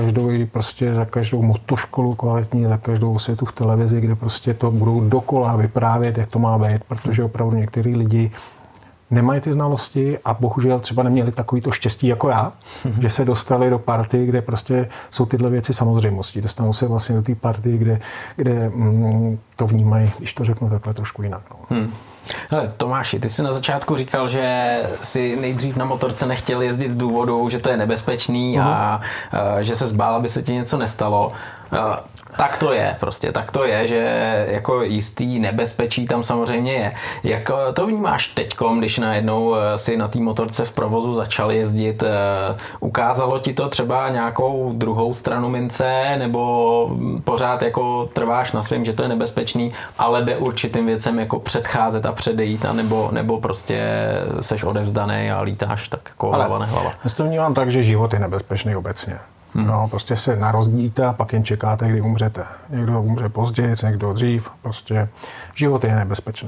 každou motoškolu kvalitní, za každou osvětu v televizi, kde prostě to budou dokola vyprávět, jak to má být, protože opravdu některý lidi nemají ty znalosti a bohužel třeba neměli takovýto štěstí jako já, že se dostali do party, kde prostě jsou tyhle věci samozřejmostí. Dostanou se vlastně do té party, kde to vnímají, když to řeknu takhle trošku jinak. No. Hele, Tomáši, ty jsi na začátku říkal, že si nejdřív na motorce nechtěl jezdit z důvodu, že to je nebezpečný a že se zbál, aby se ti něco nestalo. Tak to je, že jako jistý nebezpečí tam samozřejmě je. Jak to vnímáš teďkom, když najednou si na té motorce v provozu začal jezdit? Ukázalo ti to třeba nějakou druhou stranu mince, nebo pořád jako trváš na svém, že to je nebezpečný, ale jde určitým věcem jako předcházet a předejít, nebo prostě seš odevzdaný a lítáš tak jako hlava nehlava? Já to vnímám tak, že život je nebezpečný obecně. No, prostě se narozdíte a pak jen čekáte, kdy umřete. Někdo umře později, někdo dřív, prostě život je nebezpečný.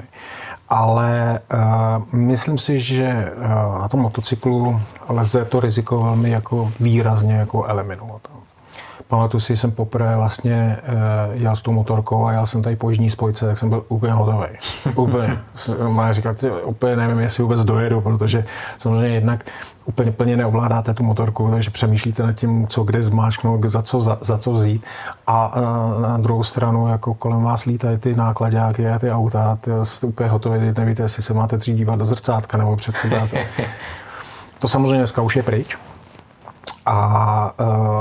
Ale myslím si, že na tom motocyklu lze to riziko velmi jako výrazně jako eliminovat. Pamatuju si, jsem poprvé vlastně jel s tou motorkou a jel jsem tady po jižní spojce, tak jsem byl úplně hotový. Úplně. Má říkat, úplně nevím, jestli vůbec dojedu, protože samozřejmě jednak úplně plně neovládáte tu motorku, takže přemýšlíte nad tím, co kde zmáčknout, za co vzít. A na druhou stranu, jako kolem vás lítají ty nákladáky a ty auta, jste úplně hotový, nevíte, jestli se máte dřív dívat do zrcátka nebo před sebe. To samozřejmě dneska už je pryč. A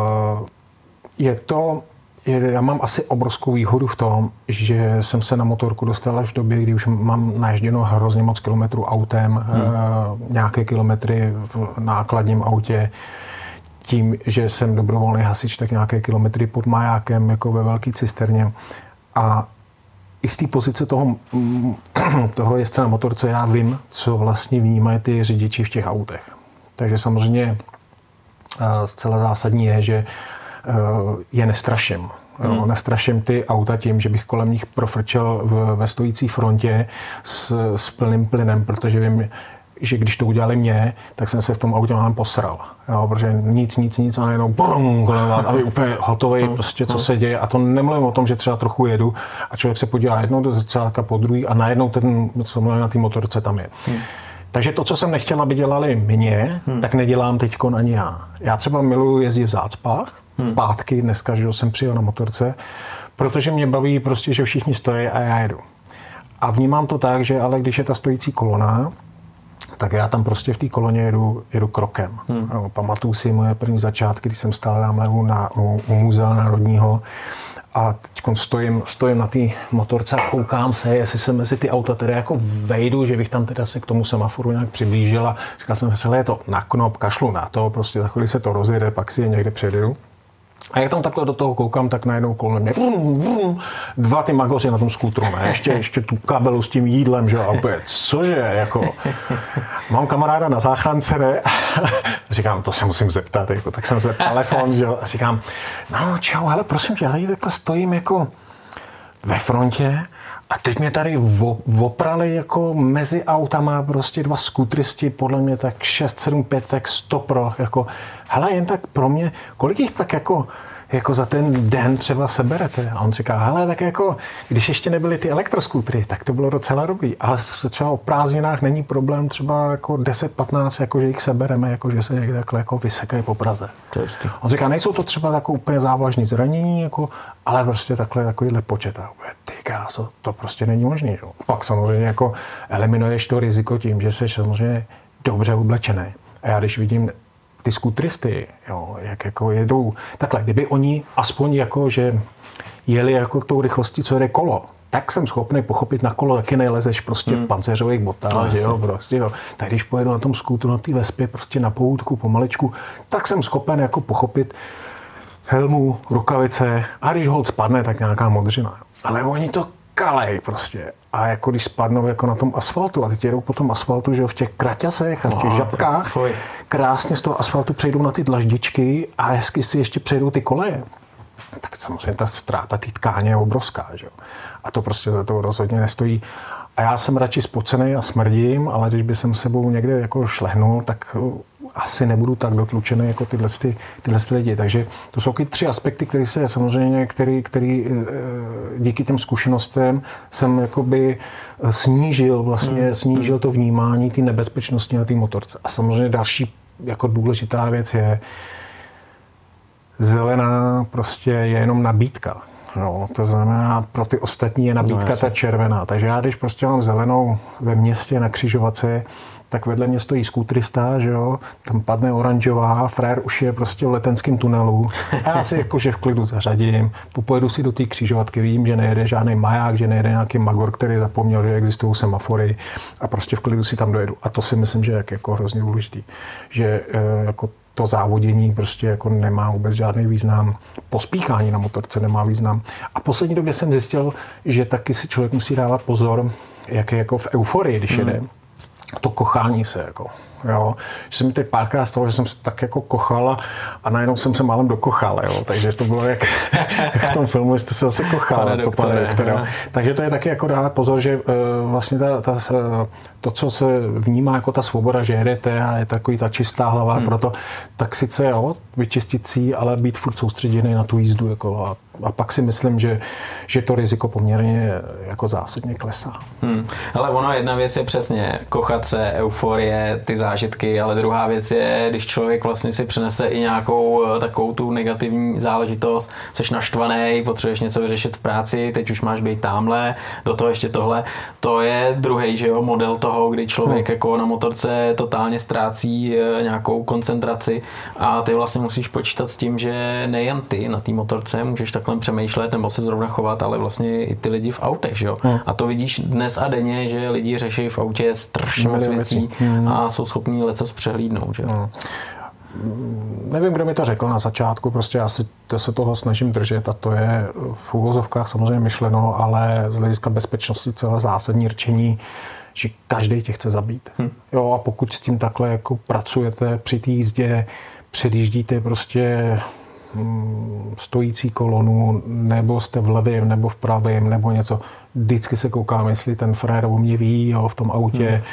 já mám asi obrovskou výhodu v tom, že jsem se na motorku dostal až v době, kdy už mám naježděno hrozně moc kilometrů autem, nějaké kilometry v nákladním autě, tím, že jsem dobrovolný hasič, tak nějaké kilometry pod majákem, jako ve velké cisterně. A i z té pozice toho jezdce na motorce já vím, co vlastně vnímají ty řidiči v těch autech. Takže samozřejmě zcela zásadní je, že je nestraším. Nestraším ty auta tím, že bych kolem nich profrčel ve stojící frontě s plným plynem, protože vím, že když to udělali mě, tak jsem se v tom autě mám posral. Jo, protože nic a najednou a vy úplně hotový, prostě co se děje. A to nemluvím o tom, že třeba trochu jedu a člověk se podívá jednou do zrcátka po druhý a najednou ten, co mluvím na té motorce, tam je. Takže to, co jsem nechtěl, aby dělali mě, tak nedělám teďkon ani já. Já třeba miluji jezdit v zácpách, pátky, dneska, že jsem přijel na motorce, protože mě baví prostě, že všichni stojí a já jedu. A vnímám to tak, že ale když je ta stojící kolona, tak já tam prostě v té koloně jedu krokem. No, pamatuju si moje první začátky, když jsem stál tamhle u Muzea národního a teď stojím na té motorce a koukám se, jestli se mezi ty auta teda jako vejdu, že bych tam teda se k tomu semaforu nějak přiblížil a říkal jsem se, je to na knop, kašlu na to, prostě za chvíli se to rozjede, pak si je někde předjedu. A jak tam takhle do toho koukám, tak najednou kolem mě dva ty magoři na tom skútru, ne? Ještě tu kabelu s tím jídlem, že? A opět, cože, jako. Mám kamaráda na záchrance, ne? Říkám, to se musím zeptat, jako. Tak jsem zvedl telefon, že? A říkám, no čau, hele, prosím tě, já tady takhle stojím jako ve frontě a teď mě tady oprali jako mezi autama prostě dva skútristi, podle mě tak 675, tak 100 Pro, jako, hele, jen tak pro mě, kolik jich tak jako za ten den třeba seberete? A on říká, hele, tak jako, když ještě nebyly ty elektroskútry, tak to bylo docela dobrý, ale třeba o prázdninách není problém třeba jako 10-15, jako že jich sebereme, jako že se někde takhle jako vysekají po Praze. On říká, nejsou to třeba jako úplně závažný zranění, jako, ale prostě takovýhle počet. A ty kráso, to prostě není možný. Jo. Pak samozřejmě jako eliminuješ to riziko tím, že jsi samozřejmě dobře oblečený. A já když vidím ty skútristy, jo, jak jako jedou, takhle, kdyby oni aspoň jako, že jeli jako tou rychlostí, co jede kolo, tak jsem schopný pochopit, na kolo taky nejlezeš prostě v pancéřových botách, jo, prostě, jo. Tak když pojedu na tom skútru, na té Vespě, prostě na poutku, pomaličku, tak jsem schopen jako pochopit helmu, rukavice a když holt spadne, tak nějaká modřina. Ale oni to kalej prostě. A jako když spadnou jako na tom asfaltu a teď jedou po tom asfaltu, že v těch kraťasech a v těch žabkách, krásně z toho asfaltu přejdou na ty dlaždičky a hezky si ještě přejdou ty koleje. Tak samozřejmě ta ztráta té tkáně je obrovská, že? A to prostě za to rozhodně nestojí. A já jsem radši spocený a smrdím, ale když by jsem sebou někde jako šlehnul, tak asi nebudu tak dotlučený jako tyhle lidi. Takže to jsou ty 3 aspekty, které se samozřejmě, který díky těm zkušenostem jsem jakoby snížil to vnímání ty nebezpečnosti na té motorce. A samozřejmě další jako důležitá věc je zelená prostě je jenom nabídka. No, to znamená, pro ty ostatní je nabídka ta červená. Takže já, když prostě mám zelenou ve městě na křižovatce, tak vedle mě stojí skútrista, že jo, tam padne oranžová, frér už je prostě v Letenském tunelu. A já si jakože v klidu zařadím, pojedu si do té křižovatky, vidím, že nejede žádný maják, že nejede nějaký magor, který zapomněl, že existují semafory a prostě v klidu si tam dojedu. A to si myslím, že je jako hrozně důležitý, že jako to závodění prostě jako nemá vůbec žádný význam. Pospíchání na motorce nemá význam. A v poslední době jsem zjistil, že taky si člověk musí dávat pozor, jak je jako v euforii, když jede. To kochání se jako. Jo, že se mi teď párkrát stalo, že jsem se tak jako kochal a najednou jsem se málem dokochal, jo, takže to bylo jak v tom filmu, jste se zase kochal, pane doktore. Takže to je taky jako dát pozor, že vlastně to, co se vnímá jako ta svoboda, že jedete a je takový ta čistá hlava proto, tak sice jo, vyčistit si, ale být furt soustředěný na tu jízdu, jako a pak si myslím, že to riziko poměrně jako zásadně klesá. Ale ono jedna věc je přesně kochat se, euforie, ty zážitky, ale druhá věc je, když člověk vlastně si přinese i nějakou takovou tu negativní záležitost, seš naštvaný, potřebuješ něco vyřešit v práci, teď už máš být támhle, do toho ještě tohle. To je druhý, že jo, model toho, kdy člověk jako na motorce totálně ztrácí nějakou koncentraci a ty vlastně musíš počítat s tím, že nejen ty na té motorce můžeš takhle přemýšlet nebo se zrovna chovat, ale vlastně i ty lidi v autech, že jo. A to vidíš dnes a denně, že lidi řeší v autě strašně moc věcí a jsou schopní lecos přehlídnout, že jo. Nevím, kdo mi to řekl na začátku, prostě já se toho snažím držet a to je v uvozovkách samozřejmě myšleno, ale z hlediska bezpečnosti celé zásadní rčení, že každý tě chce zabít. Jo, a pokud s tím takhle jako pracujete při té jízdě, předjíždíte prostě stojící kolonu, nebo jste v levém, nebo v pravém, nebo něco. Vždycky se koukám, jestli ten frér o mě ví, jo, v tom autě.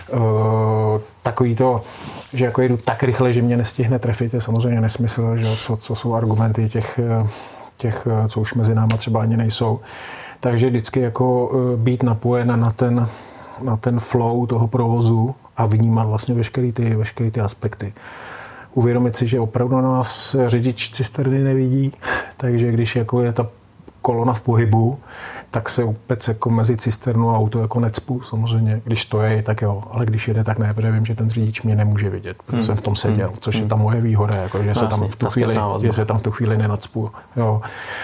Takový to, že jako jedu tak rychle, že mě nestihne trefit, je samozřejmě nesmysl, že co jsou argumenty těch, co už mezi náma třeba ani nejsou. Takže vždycky jako být napojen na ten flow toho provozu a vnímat vlastně veškerý ty aspekty. Uvědomit si, že opravdu nás řidič cisterny nevidí, takže když jako je ta kolona v pohybu, tak se opět jako mezi cisternu a auto jako necpu, samozřejmě. Když to je, tak jo, ale když jede, tak ne, protože vím, že ten řidič mě nemůže vidět, protože jsem v tom seděl, což je ta moje výhoda, jako, že se tam v tu chvíli nenacpu. Jo.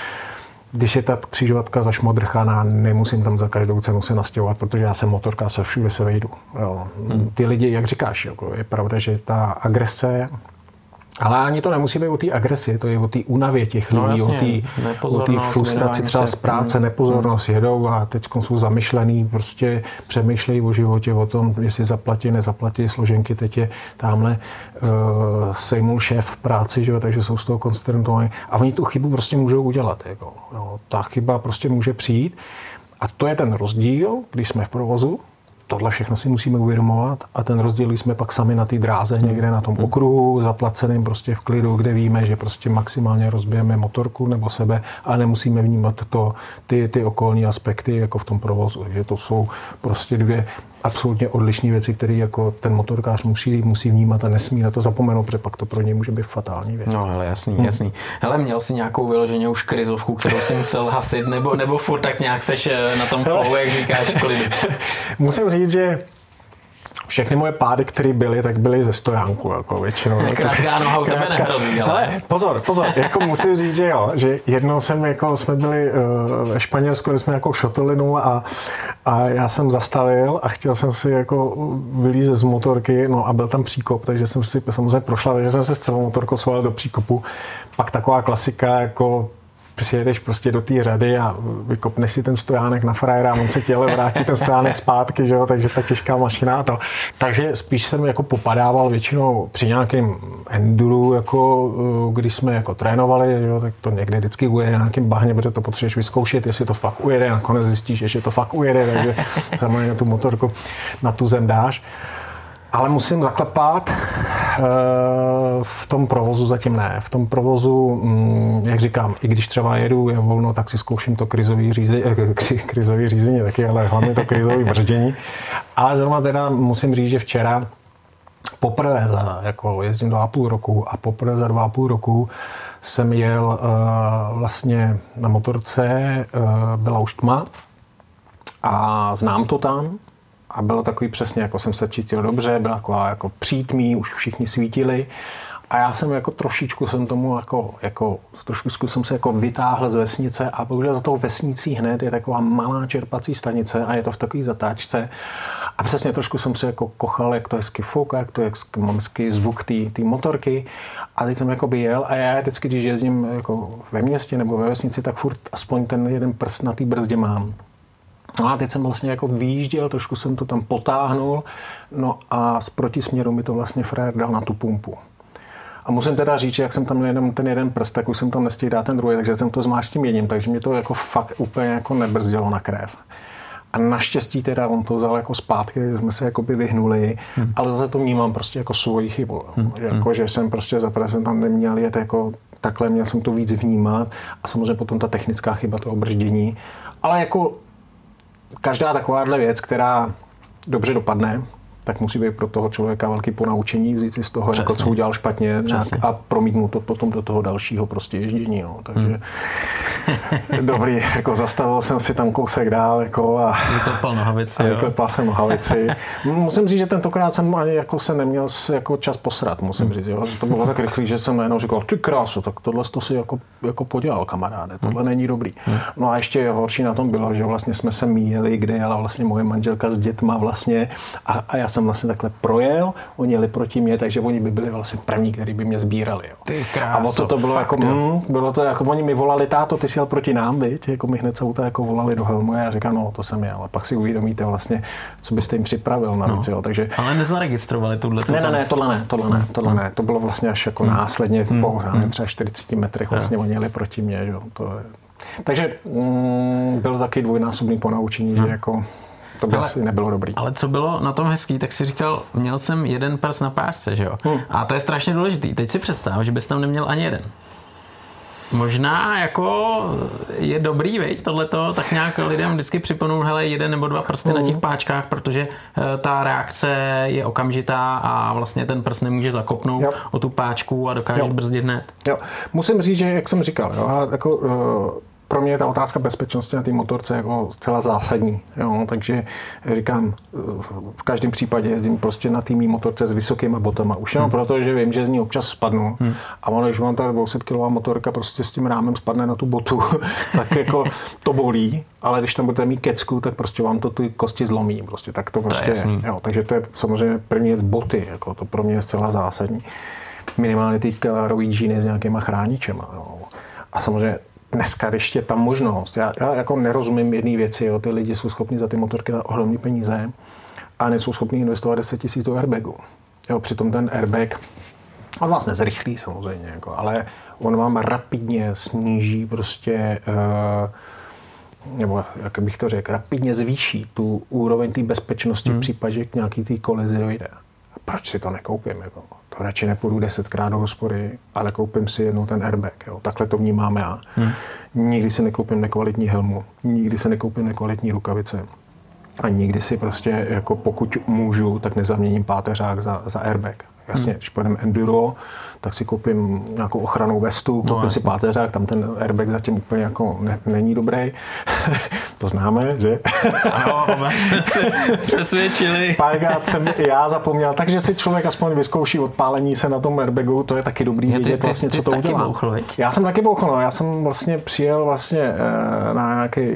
Když je ta křižovatka zašmodrchaná, nemusím tam za každou cenu se nastěhovat, protože já jsem motorka, se všude se vejdu. Jo. Ty lidi, jak říkáš, jako, je pravda, že ta agrese, ale ani to nemusí být o té agresi, to je o té únavě těch lidí, o té frustraci třeba z práce, nepozornost, jedou a teď jsou zamyšlený, prostě přemýšlejí o životě, o tom, jestli zaplatí, nezaplatí složenky, teď je tamhle sejmul šéf v práci, že jo, takže jsou z toho konsternovaní a oni tu chybu prostě můžou udělat. Jako, jo. Ta chyba prostě může přijít a to je ten rozdíl, když jsme v provozu. Tohle všechno si musíme uvědomovat a ten rozdíl jsme pak sami na té dráze někde na tom okruhu, zaplaceným prostě v klidu, kde víme, že prostě maximálně rozbijeme motorku nebo sebe, ale nemusíme vnímat ty okolní aspekty jako v tom provozu. Takže to jsou prostě dvě absolutně odlišné věci, které jako ten motorkář musí vnímat a nesmí na to zapomenout, protože pak to pro něj může být fatální věc. No ale jasný. Hele, měl jsi nějakou vyloženě už krizovku, kterou jsi musel hasit, nebo furt tak nějak seš na tom flow, jak říkáš, v klidu? Musím říct, že všechny moje pády, které byly, tak byly ze stojánku, jako většinou. Krátká noha u tebe nehrozí, ale... Pozor, jako musím říct, že jo, že jednou jsme byli ve Španělsku, kde jsme jako šotolinu a já jsem zastavil a chtěl jsem si jako vylízet z motorky, no a byl tam příkop, takže jsem si samozřejmě prošla, takže jsem se s celou motorkou svalil do příkopu. Pak taková klasika, jako přijedeš prostě do té řady a vykopneš si ten stojánek na frajera a on se ti ale vrátí ten stojánek zpátky, že jo, takže ta těžká mašina a to. Takže spíš jsem jako popadával většinou při nějakém enduru, jako když jsme jako trénovali, že jo, tak to někde vždycky ujede nějakým bahně, protože to potřebuješ vyzkoušet, jestli to fakt ujede, nakonec zjistíš, že to fakt ujede, takže samozřejmě tu motorku na tu zem dáš. Ale musím zaklepat, v tom provozu zatím ne. V tom provozu, jak říkám, i když třeba jedu, je volno, tak si zkouším to krizový řízení taky, ale hlavně to krizový brždění. Ale zrovna teda musím říct, že včera poprvé jako jezdím 2,5 roku a poprvé za 2,5 roku jsem jel vlastně na motorce, byla už tma a znám to tam. A bylo takový přesně, jako jsem se cítil dobře, byla taková jako přítmí, už všichni svítili. A já jsem jako trošičku jsem tomu trošku jsem se jako vytáhl z vesnice a bohužel za tou vesnicí hned je taková malá čerpací stanice a je to v takové zatáčce. A přesně trošku jsem se jako kochal, jak to hezky fouká, jak to mám hezký zvuk té motorky. A teď jsem jako jel a já vždycky, když jezdím jako ve městě nebo ve vesnici, tak furt aspoň ten jeden prst na té brzdě mám. No a teď jsem vlastně jako vyjížděl, trošku jsem to tam potáhnul, no a z protisměru mi to vlastně frajer dal na tu pumpu. A musím teda říct, že jak jsem tam jenom ten jeden prst, tak už jsem tam nestihl dát ten druhý, takže jsem to zmáš s tím jedním, takže mě to jako fakt úplně jako nebrzdilo na krev. A naštěstí teda on to vzal jako zpátky, jsme se jakoby vyhnuli, ale zase to vnímám prostě jako svoji chybu. Jako, že jsem prostě zaprvé jsem tam neměl jet jako takhle, měl jsem to víc vnímat a samozřejmě potom ta technická chyba toho brždění. Ale jako každá takováhle věc, která dobře dopadne, tak musí být pro toho člověka velký ponaučení, vzít si z toho, jako, co udělal špatně a promítnout to potom do toho dalšího prostě ježdění. No. Takže dobrý, jako zastavil jsem si tam kousek dál jako, a vyklepal jsem nohavici. Musím říct, že tentokrát jsem ani jako se neměl jako čas posrat, musím říct. Jo. To bylo tak rychlý, že jsem najednou říkal, ty krásu, tak tohle to si jako podělal, kamaráde, tohle není dobrý. No a ještě horší na tom bylo, že vlastně jsme se míjeli, kde jela vlastně moje manželka s dětma vlastně a já jsem vlastně takhle projel, oni jeli proti mě, takže oni by byli vlastně první, který by mě sbírali. Jo. Ty kráso, a o to bylo fakt, jako, bylo to jako, oni mi volali, táto, ty jsi jel proti nám, viď? Jako mi hned z auta jako volali do helmu a já říkám, no to jsem jel. A pak si uvědomíte vlastně, co byste jim připravil navíc. Jo. Takže, ale nezaregistrovali tohle? Tohle ne. To bylo vlastně až jako následně po třeba 40 metrech vlastně oni jeli proti mě. Jo. Takže bylo taky dvojnásobný ponaučení, že jako to by asi nebylo dobrý. Ale co bylo na tom hezký, tak si říkal, měl jsem jeden prst na páčce, že jo? A to je strašně důležitý. Teď si představ, že bys tam neměl ani jeden. Možná jako je dobrý, viď, tohleto, tak nějak lidem vždycky připomenout, hele, 1 nebo 2 prsty na těch páčkách, protože ta reakce je okamžitá a vlastně ten prst nemůže zakopnout o tu páčku a dokáže brzdit hned. Jo. Musím říct, že jak jsem říkal, jako, pro mě je ta otázka bezpečnosti na té motorce jako zcela zásadní. Jo? Takže říkám, v každém případě jezdím prostě na té motorce s vysokýma botama. Už jenom proto, že vím, že z ní občas spadnu. A ono, když mám ta 200 kg motorka prostě s tím rámem spadne na tu botu, tak jako to bolí. Ale když tam budete mít kecku, tak prostě vám to ty kosti zlomí. Prostě, tak to prostě je. Jo, takže to je samozřejmě první věc boty. Jako, to pro mě je zcela zásadní. Minimálně ty kelarový džíny s nějakýma chráničema. Jo. A samozřejmě dneska ještě tam možnost. Já jako nerozumím jedné věci. Jo. Ty lidi jsou schopni za ty motorky dát ohromné peníze a nejsou schopni investovat 10 000 do airbagu. Jo, přitom ten airbag, on vás nezrychlí samozřejmě, jako, ale on vám rapidně sníží prostě, nebo jak bych to řekl, rapidně zvýší tu úroveň té bezpečnosti v případě, že k nějaký té kolizi dojde. Proč si to nekoupím? Jako? To radši nepůjdu 10krát do hospody, ale koupím si jednou ten airbag. Jo? Takhle to vnímám já. Nikdy si nekoupím nekvalitní helmu, nikdy si nekoupím nekvalitní rukavice a nikdy si prostě, jako pokud můžu, tak nezaměním páteřák za airbag. Jasně, když pojedeme enduro, tak si koupím nějakou ochrannou vestu, koupím si páteřák, tam ten airbag zatím úplně jako není dobrý. To známe, že? Ano, jsme se přesvědčili. Párkrát jsem já zapomněl, takže si člověk aspoň vyzkouší odpálení se na tom airbagu, to je taky dobrý vědět vlastně, co to udělá. Bouchl, já jsem taky bouchl, já jsem vlastně přijel vlastně na nějaký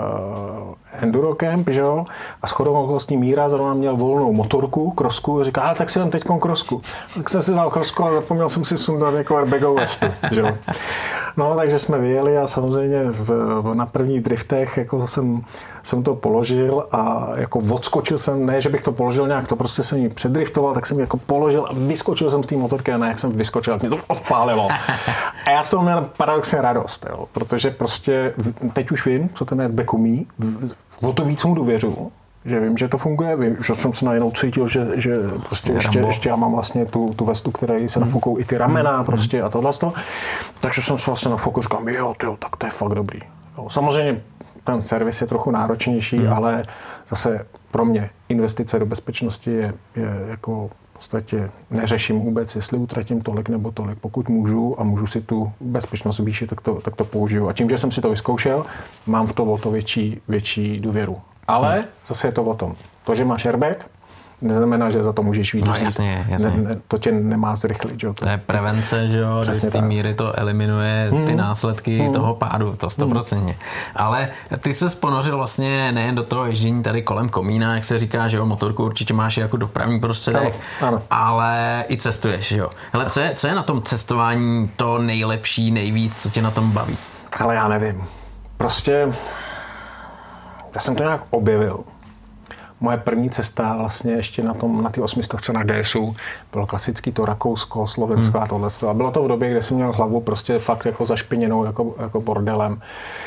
enduro camp, že jo, a shodou okolností Míra zrovna měl volnou motorku, krosku, a říká, ale tak si dám teďkon krosku. Tak jsem si vzal krosku a zapomněl jsem si sundat jako airbagovou vestu, že jo. No, takže jsme vyjeli a samozřejmě na prvních driftech jako jsem to položil a jako odskočil jsem, ne, že bych to položil nějak, to prostě jsem ji předriftoval, tak jsem ji jako položil a vyskočil jsem z té motorky a ne, jak jsem vyskočil, tak mě to odpálilo. A já z toho měl paradoxně radost, jo, protože prostě teď už vím, co ten airbag umí, o to víc mu důvěřuju, že vím, že to funguje, vím, že jsem se najednou cítil, že prostě ještě já mám vlastně tu vestu, které se nafukou i ty ramena prostě a tohle. Takže jsem se vlastně nafoukl, říkám, jo, tak to je fakt dobrý. Jo, samozřejmě ten servis je trochu náročnější, ale zase pro mě investice do bezpečnosti je jako v podstatě neřeším vůbec, jestli utratím tolik nebo tolik. Pokud můžu a můžu si tu bezpečnost zvýšit, tak to použiju. A tím, že jsem si to vyzkoušel, mám v to o to větší důvěru. Ale zase je to o tom. To, že máš airbag, neznamená, že za to můžeš víc vzít. Jasně. To tě nemá zrychlit. Že? To je prevence, že jo, do jistý míry to eliminuje ty následky toho pádu, to 100%. Ale ty se ponořil vlastně nejen do toho ježdění tady kolem komína, jak se říká, že jo, motorku určitě máš jako dopravní prostředek, ano. Ale i cestuješ, že jo. Hele, co je na tom cestování to nejlepší, nejvíc, co tě na tom baví? Ale já nevím. Prostě já jsem to nějak objevil. Moje první cesta vlastně ještě na té 800 na GSu bylo klasický to Rakousko, Slovensko a tohle. A bylo to v době, kdy jsem měl hlavu prostě fakt jako zašpiněnou jako bordelem.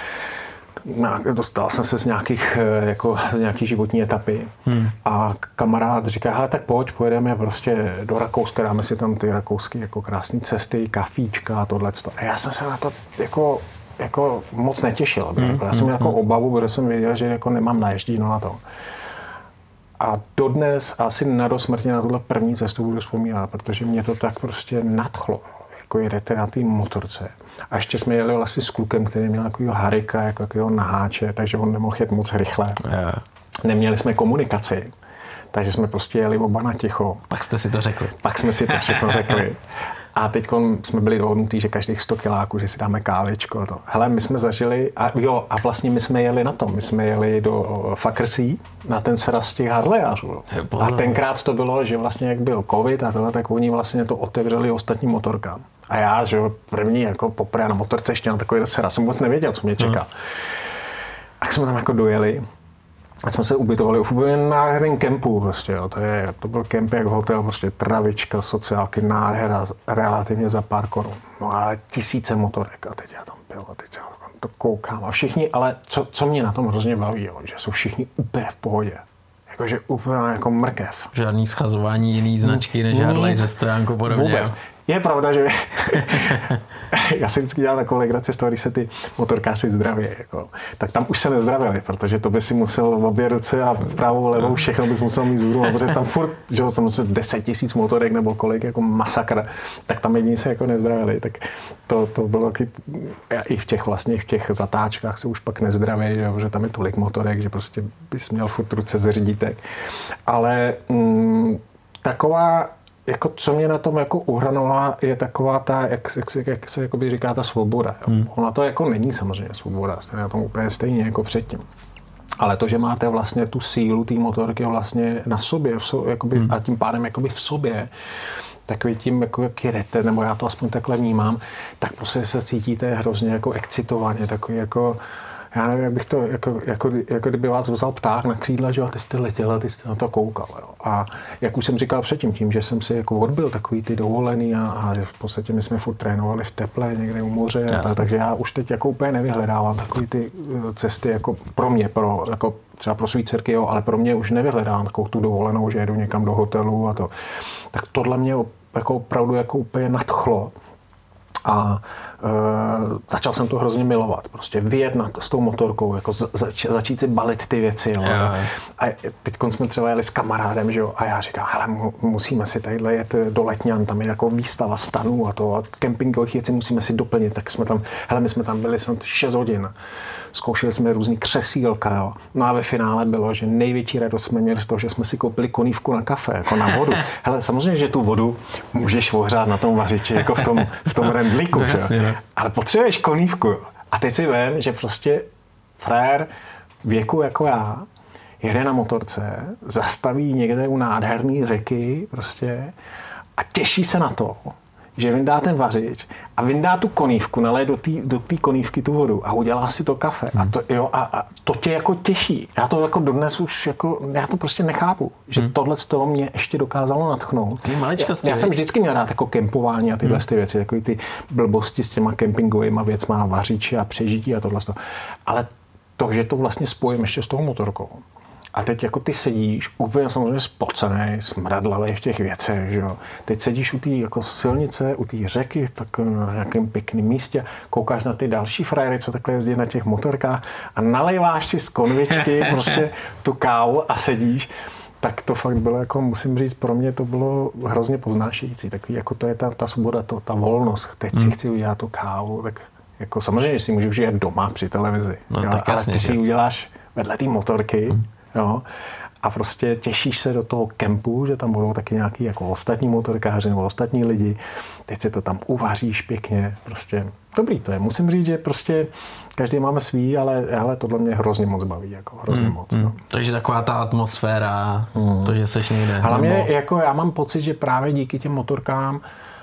Dostal jsem se z nějaký životní etapy a kamarád říká, hele, tak pojedeme prostě do Rakouska, dáme si tam ty rakouské jako krásné cesty, kafíčka a tohle. A já jsem se na to jako moc netěšil. Já jsem měl jako obavu, protože jsem věděl, že jako nemám naježděno na to. A dodnes asi nadosmrtně na tuhle první cestu budu vzpomínat, protože mě to tak prostě nadchlo. Jako jedete na té motorce. A ještě jsme jeli vlastně s klukem, který měl takovýho harika, jako takovýho naháče, takže on nemohl jet moc rychle. Yeah. Neměli jsme komunikaci, takže jsme prostě jeli oba na ticho. Pak jste si to řekli. Pak jsme si to všechno řekli. A teď jsme byli dohodnutí, že každých 100 kiláků, že si dáme kávičko a to. Hele, my jsme zažili, a vlastně my jsme jeli na tom. My jsme jeli do Fakrsí na ten sraz těch Harlejářů. A tenkrát to bylo, že vlastně jak byl covid a tohle, tak oni vlastně to otevřeli ostatním motorkám. A já, že první jako poprvé na motorce ještě na takový sraz, jsem vůbec nevěděl, co mě čeká. A jsme tam jako dojeli. A jsme se ubytovali v úplně nádherném kempu prostě, jo. To byl kemp jak hotel, prostě travička, sociálky, nádhera, relativně za pár korun. No ale tisíce motorek a teď já tam byl a teď já to koukám a všichni, ale co mě na tom hrozně baví, jo, že jsou všichni úplně v pohodě. Jakože úplně jako mrkev. Žádný schazování jiný značky než Harley ze stojánku podobně. Vůbec. Je pravda, že já si vždycky dělám takovou legraci z toho, když se ty motorkáři zdraví, jako, tak tam už se nezdravili, protože to by si musel obě ruce a pravou, levou, všechno bys musel mít zůru, protože tam furt, že tam 10 000 motorek nebo kolik, jako masakr, tak tam jediní se jako nezdravili, tak to bylo taky, i v těch zatáčkách se už pak nezdraví, že tam je tolik motorek, že prostě bys měl furt ruce z řídítek, ale taková, jako co mě na tom jako uhranovala, je taková ta, jak se jakoby říká, ta svoboda. Jo. Ona to jako není samozřejmě svoboda, jste na tom úplně stejně jako předtím. Ale to, že máte vlastně tu sílu té motorky vlastně na sobě jakoby, a tím pádem jakoby v sobě, tak vy tím, jako jak jedete, nebo já to aspoň takhle vnímám, tak prostě se cítíte hrozně jako excitovaně, takový jako, já nevím, jak bych to, jako kdyby vás vzal pták na křídla, že a ty jste letěl a ty jste na to koukal. Jo. A jak už jsem říkal předtím, tím, že jsem si jako odbil takový ty dovolený a v podstatě my jsme furt trénovali v teple, někde u moře, takže já už teď jako úplně nevyhledávám takový ty cesty jako pro mě, jako třeba pro svý dcerky, jo, ale pro mě už nevyhledávám takovou tu dovolenou, že jedu někam do hotelu a to. Tak tohle mě jako opravdu jako úplně nadchlo. A začal jsem to hrozně milovat. Prostě vyjet s tou motorkou, jako začít si balit ty věci. Jo. A teď jsme třeba jeli s kamarádem, že jo, a já říkám, hele, musíme si tadyhle jet do Letňan, tam je jako výstava stanů a to, a kempingových věcí musíme si doplnit. Tak my jsme tam byli snad 6 hodin. Zkoušeli jsme různý křesílka, jo. No a ve finále bylo, že největší radost jsme měli z toho, že jsme si koupili konívku na kafe, jako na vodu. Hele, samozřejmě, že tu vodu můžeš ohřát na tom vařiči, jako v tom rendlíku, no, jasně, ale potřebuješ konívku. Jo. A teď si vem, že prostě frajer věku jako já jede na motorce, zastaví někde u nádherné řeky prostě a těší se na to, že vyndá ten vařič a vyndá tu konívku, naleje do té konívky tu vodu a udělá si to kafe. A to tě jako těší. Já to jako dodnes už jako, já to prostě nechápu, že tohle z toho mě ještě dokázalo nadchnout. Já jsem vždycky měl rád jako kempování a tyhle ty věci, takový ty blbosti s těma kempingovýma věcma, vařiči a přežití a tohle z toho. Ale to, že to vlastně spojím ještě s tou motorkou. A teď jako ty sedíš úplně samozřejmě spocenej, smradlavej v těch věcech, že jo. Teď sedíš u té jako silnice, u té řeky, tak na nějakém pěkném místě, koukáš na ty další frajery, co takhle jezdí na těch motorkách a nalejváš si z konvičky prostě tu kávu a sedíš. Tak to fakt bylo, jako musím říct, pro mě to bylo hrozně poznášející. Takový, jako to je ta svoboda, ta volnost. Teď si chci udělat tu kávu, tak jako samozřejmě, že si můžu žít doma při televizi. No, jo, tak ale jasně, ty si uděláš vedle té motorky, jo, a prostě těšíš se do toho kempu, že tam budou taky nějaký jako ostatní motorkáři nebo ostatní lidi. Teď si to tam uvaříš pěkně, prostě dobrý to je. Musím říct, že prostě každý máme svý, ale tohle mě hrozně moc baví, jako hrozně moc. No. Takže taková ta atmosféra, to, že seš někde. Ale mě, jako já mám pocit, že právě díky těm motorkám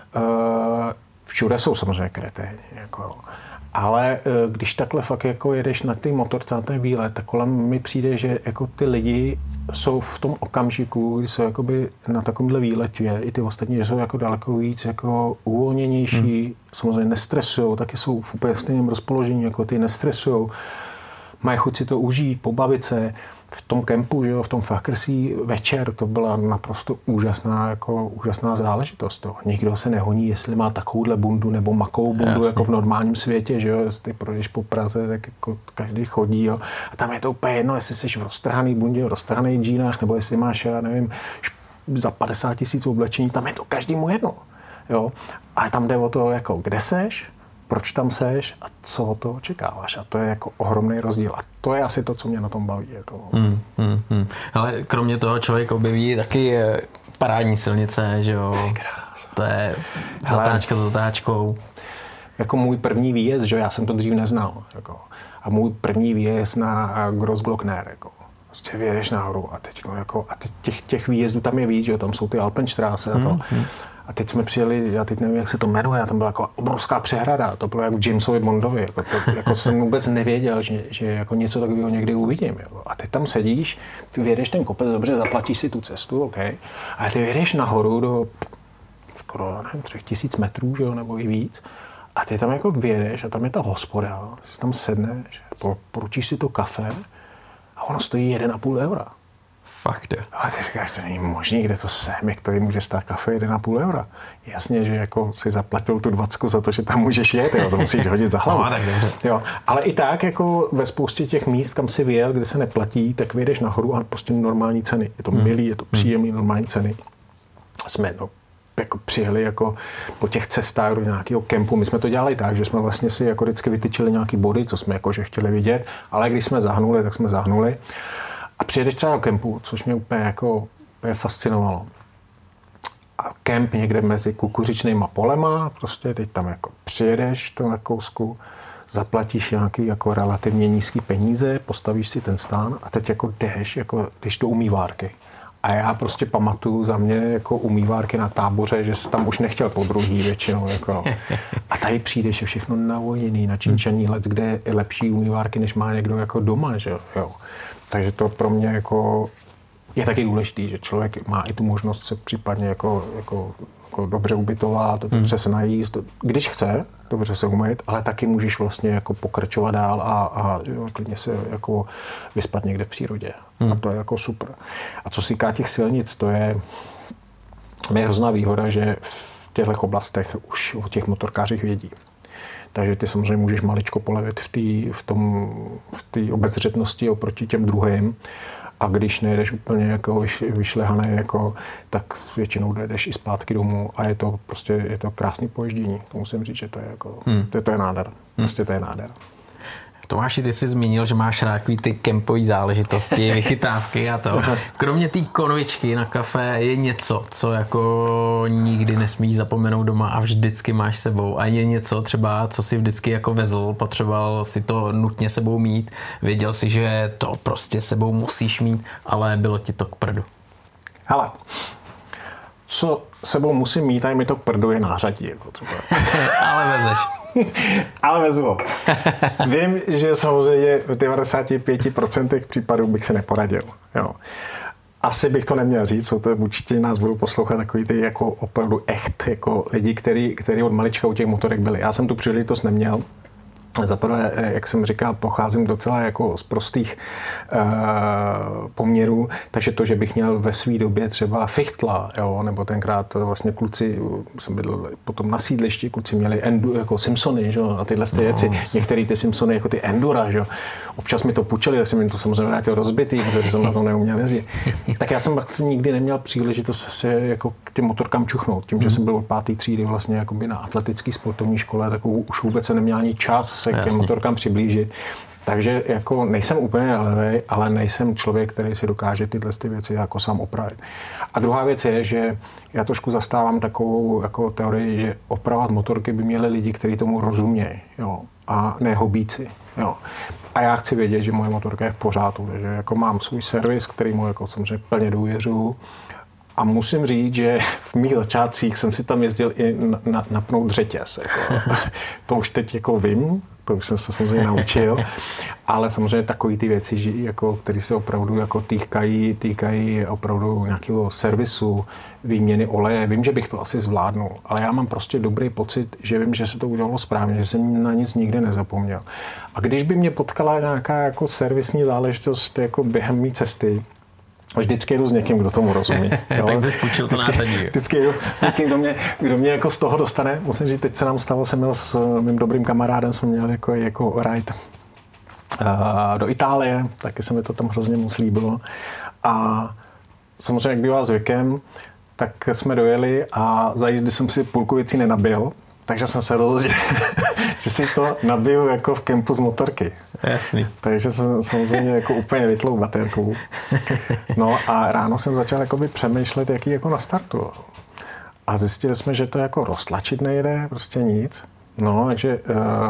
všude jsou samozřejmě kreténi, jako ale když takhle fakt jako jedeš na ty motorce, na ten výlet, tak kolem mi přijde, že jako ty lidi jsou v tom okamžiku, kdy jsou jakoby na takovémhle výletě, i ty ostatní, že jsou jako daleko víc jako uvolněnější, samozřejmě nestresujou, taky jsou v úplně stejném rozpoložení, jako ty nestresujou, mají chuť si to užít, pobavit se. V tom kempu, že jo, v tom Fachkrsí večer, to byla naprosto úžasná záležitost. To. Nikdo se nehoní, jestli má takovouhle bundu nebo makovou bundu, jako v normálním světě, že jo, ty projdeš po Praze, tak jako každý chodí, jo. A tam je to úplně jedno, jestli jsi v roztrhaný bundě, v roztrhaných džínách, nebo jestli máš, já nevím, za 50 000 oblečení, tam je to každému jedno, jo. A tam jde o to, jako kde seš, proč tam seš a co od toho očekáváš. A to je jako ohromný rozdíl. A to je asi to, co mě na tom baví. Jako. Ale kromě toho člověk objeví taky parádní silnice, že jo? To je zatáčka za zatáčkou. Jako můj první výjezd, že já jsem to dřív neznal. Jako. A můj první výjezd na Grossglockner, jako. Prostě vyjedeš nahoru a teď jako, těch výjezdů tam je víc, že jo? Tam jsou ty Alpenstraße a to. A teď jsme přijeli, já teď nevím, jak se to jmenuje, tam byla jako obrovská přehrada, to bylo jak v Jamesovi Bondovi, jako jsem vůbec nevěděl, že jako něco takového někdy uvidím. Jako. A teď tam sedíš, ty vyjedeš ten kopec, dobře, zaplatíš si tu cestu, OK, ale ty vyjedeš nahoru do skoro, nevím, 3000 metrů, že jo, nebo i víc, a ty tam jako vyjedeš a tam je ta hospoda, si tam sedneš, poručíš si to kafe a ono stojí 1,5 eura. Fakt, jo. Ale ty říkáš, to není možný, kde to jsem, jak to může stát kafe 1,5 eura. Jasně, že jako si zaplatil tu 20 za to, že tam můžeš jet, jo, to musíš hodit za hlavu. Jo, ale i tak, jako ve spoustě těch míst, kam si vyjel, kde se neplatí, tak vyjedeš nahoru a prostě normální ceny. Je to milý, je to příjemný, normální ceny. Jsme jako přijeli jako po těch cestách do nějakého kempu. My jsme to dělali tak, že jsme vlastně si jako vždycky vytyčili nějaký body, co jsme jako že chtěli vidět, ale když jsme zahnuli, tak jsme zahnuli. A přijedeš třeba do kempu, což mě úplně fascinovalo. A kemp někde mezi kukuřičnýma polema, prostě teď tam jako přijedeš to na kousku, zaplatíš nějaký jako relativně nízký peníze, postavíš si ten stán a teď jako jdeš do umývárky. A já prostě pamatuju za mě jako umývárky na Táboře, že jsi tam už nechtěl po druhý většinou. Jako. A tady přijdeš, je všechno navoněný, načinčaný let, kde je lepší umývárky, než má někdo jako doma. Že? Jo. Takže to pro mě jako je taky důležitý, že člověk má i tu možnost se případně jako dobře ubytovat, dobře se najíst, když chce, dobře se umýt, ale taky můžeš vlastně jako pokračovat dál a klidně se jako vyspat někde v přírodě. A to je jako super. A co se týká těch silnic, to je hrozná výhoda, že v těchto oblastech už o těch motorkářích vědí. Takže ty samozřejmě můžeš maličko polevit v té obezřetnosti oproti těm druhým. A když nejedeš úplně jako vyšlehaný, jako, tak většinou dojedeš i zpátky domů a je to krásný poježdění. To musím říct, že to je jako, to je nádhera. Prostě to je nádhera. Tomáši, ty jsi zmínil, že máš rád ty kempový záležitosti, vychytávky a to. Kromě té konvičky na kafe je něco, co jako nikdy nesmíš zapomenout doma a vždycky máš sebou. A je něco třeba, co si vždycky jako vezl, potřeboval si to nutně sebou mít, věděl si, že to prostě sebou musíš mít, ale bylo ti to k prdu. Hele, co sebou musím mít, a mi to k prdu je nářadí. Jako ale vezeš. Ale vezu ho. Vím, že samozřejmě v 95% případů bych se neporadil. Jo. Asi bych to neměl říct, to určitě nás budou poslouchat takový ty jako opravdu jako lidi, který od malička u těch motorek byli. Já jsem tu příležitost neměl. Zaprvé, jak jsem říkal, pocházím docela jako z prostých poměrů, takže to, že bych měl ve své době třeba Fichtla, jo, nebo tenkrát vlastně kluci, jsem byl potom na sídlišti, kluci měli jako Simpsony, že, a tyhle věci, některé ty Simpsony jako ty Endura, že. Občas mi to půjčili, tak jsem jim to samozřejmě vrátil rozbitý, protože jsem na to neuměl jezdit. Tak já jsem vlastně nikdy neměl příležitost se jako k těm motorkám čuchnout. Tím, že jsem byl od 5. třídy vlastně jakoby na atletické sportovní škole, tak už vůbec se neměl ani čas se k těm motorkám přiblížit. Takže jako nejsem úplně levej, ale nejsem člověk, který si dokáže tyhle věci jako sám opravit. A druhá věc je, že já trošku zastávám takovou jako teorii, že opravovat motorky by měli lidi, kteří tomu rozumějí, jo, a ne hobíci, jo. A já chci vědět, že moje motorka je v pořádku, takže jako mám svůj servis, kterýmu jako samozřejmě plně důvěřuju. A musím říct, že v mých začátcích jsem si tam jezdil i napnout řetěz. Jako. To už teď jako vím, to už jsem se samozřejmě naučil, ale samozřejmě takové ty věci, jako, které se opravdu jako týkají opravdu nějakého servisu, výměny oleje. Vím, že bych to asi zvládnul, ale já mám prostě dobrý pocit, že vím, že se to udělalo správně, že jsem na nic nikdy nezapomněl. A když by mě potkala nějaká jako servisní záležitost jako během mé cesty, vždycky jdu s někým, kdo tomu rozumí. Tak bych půjčil to nářadí. Vždycky jdu s někým, kdo mě jako z toho dostane. Musím říct, teď se nám stalo, jsem měl s mým dobrým kamarádem, jsme měli jako ride do Itálie, taky se mi to tam hrozně moc líbilo. A samozřejmě, jak bývá zvykem, tak jsme dojeli a za jízdy jsem si půlku věcí nenabil, takže jsem se rozhodl, že si to nabiju jako v kempu z motorky. Jasný. Takže jsem samozřejmě jako úplně vytlou baterkou. No a ráno jsem začal jakoby přemýšlet, jaký jako na startu. A zjistili jsme, že to jako roztlačit nejde, prostě nic. No, takže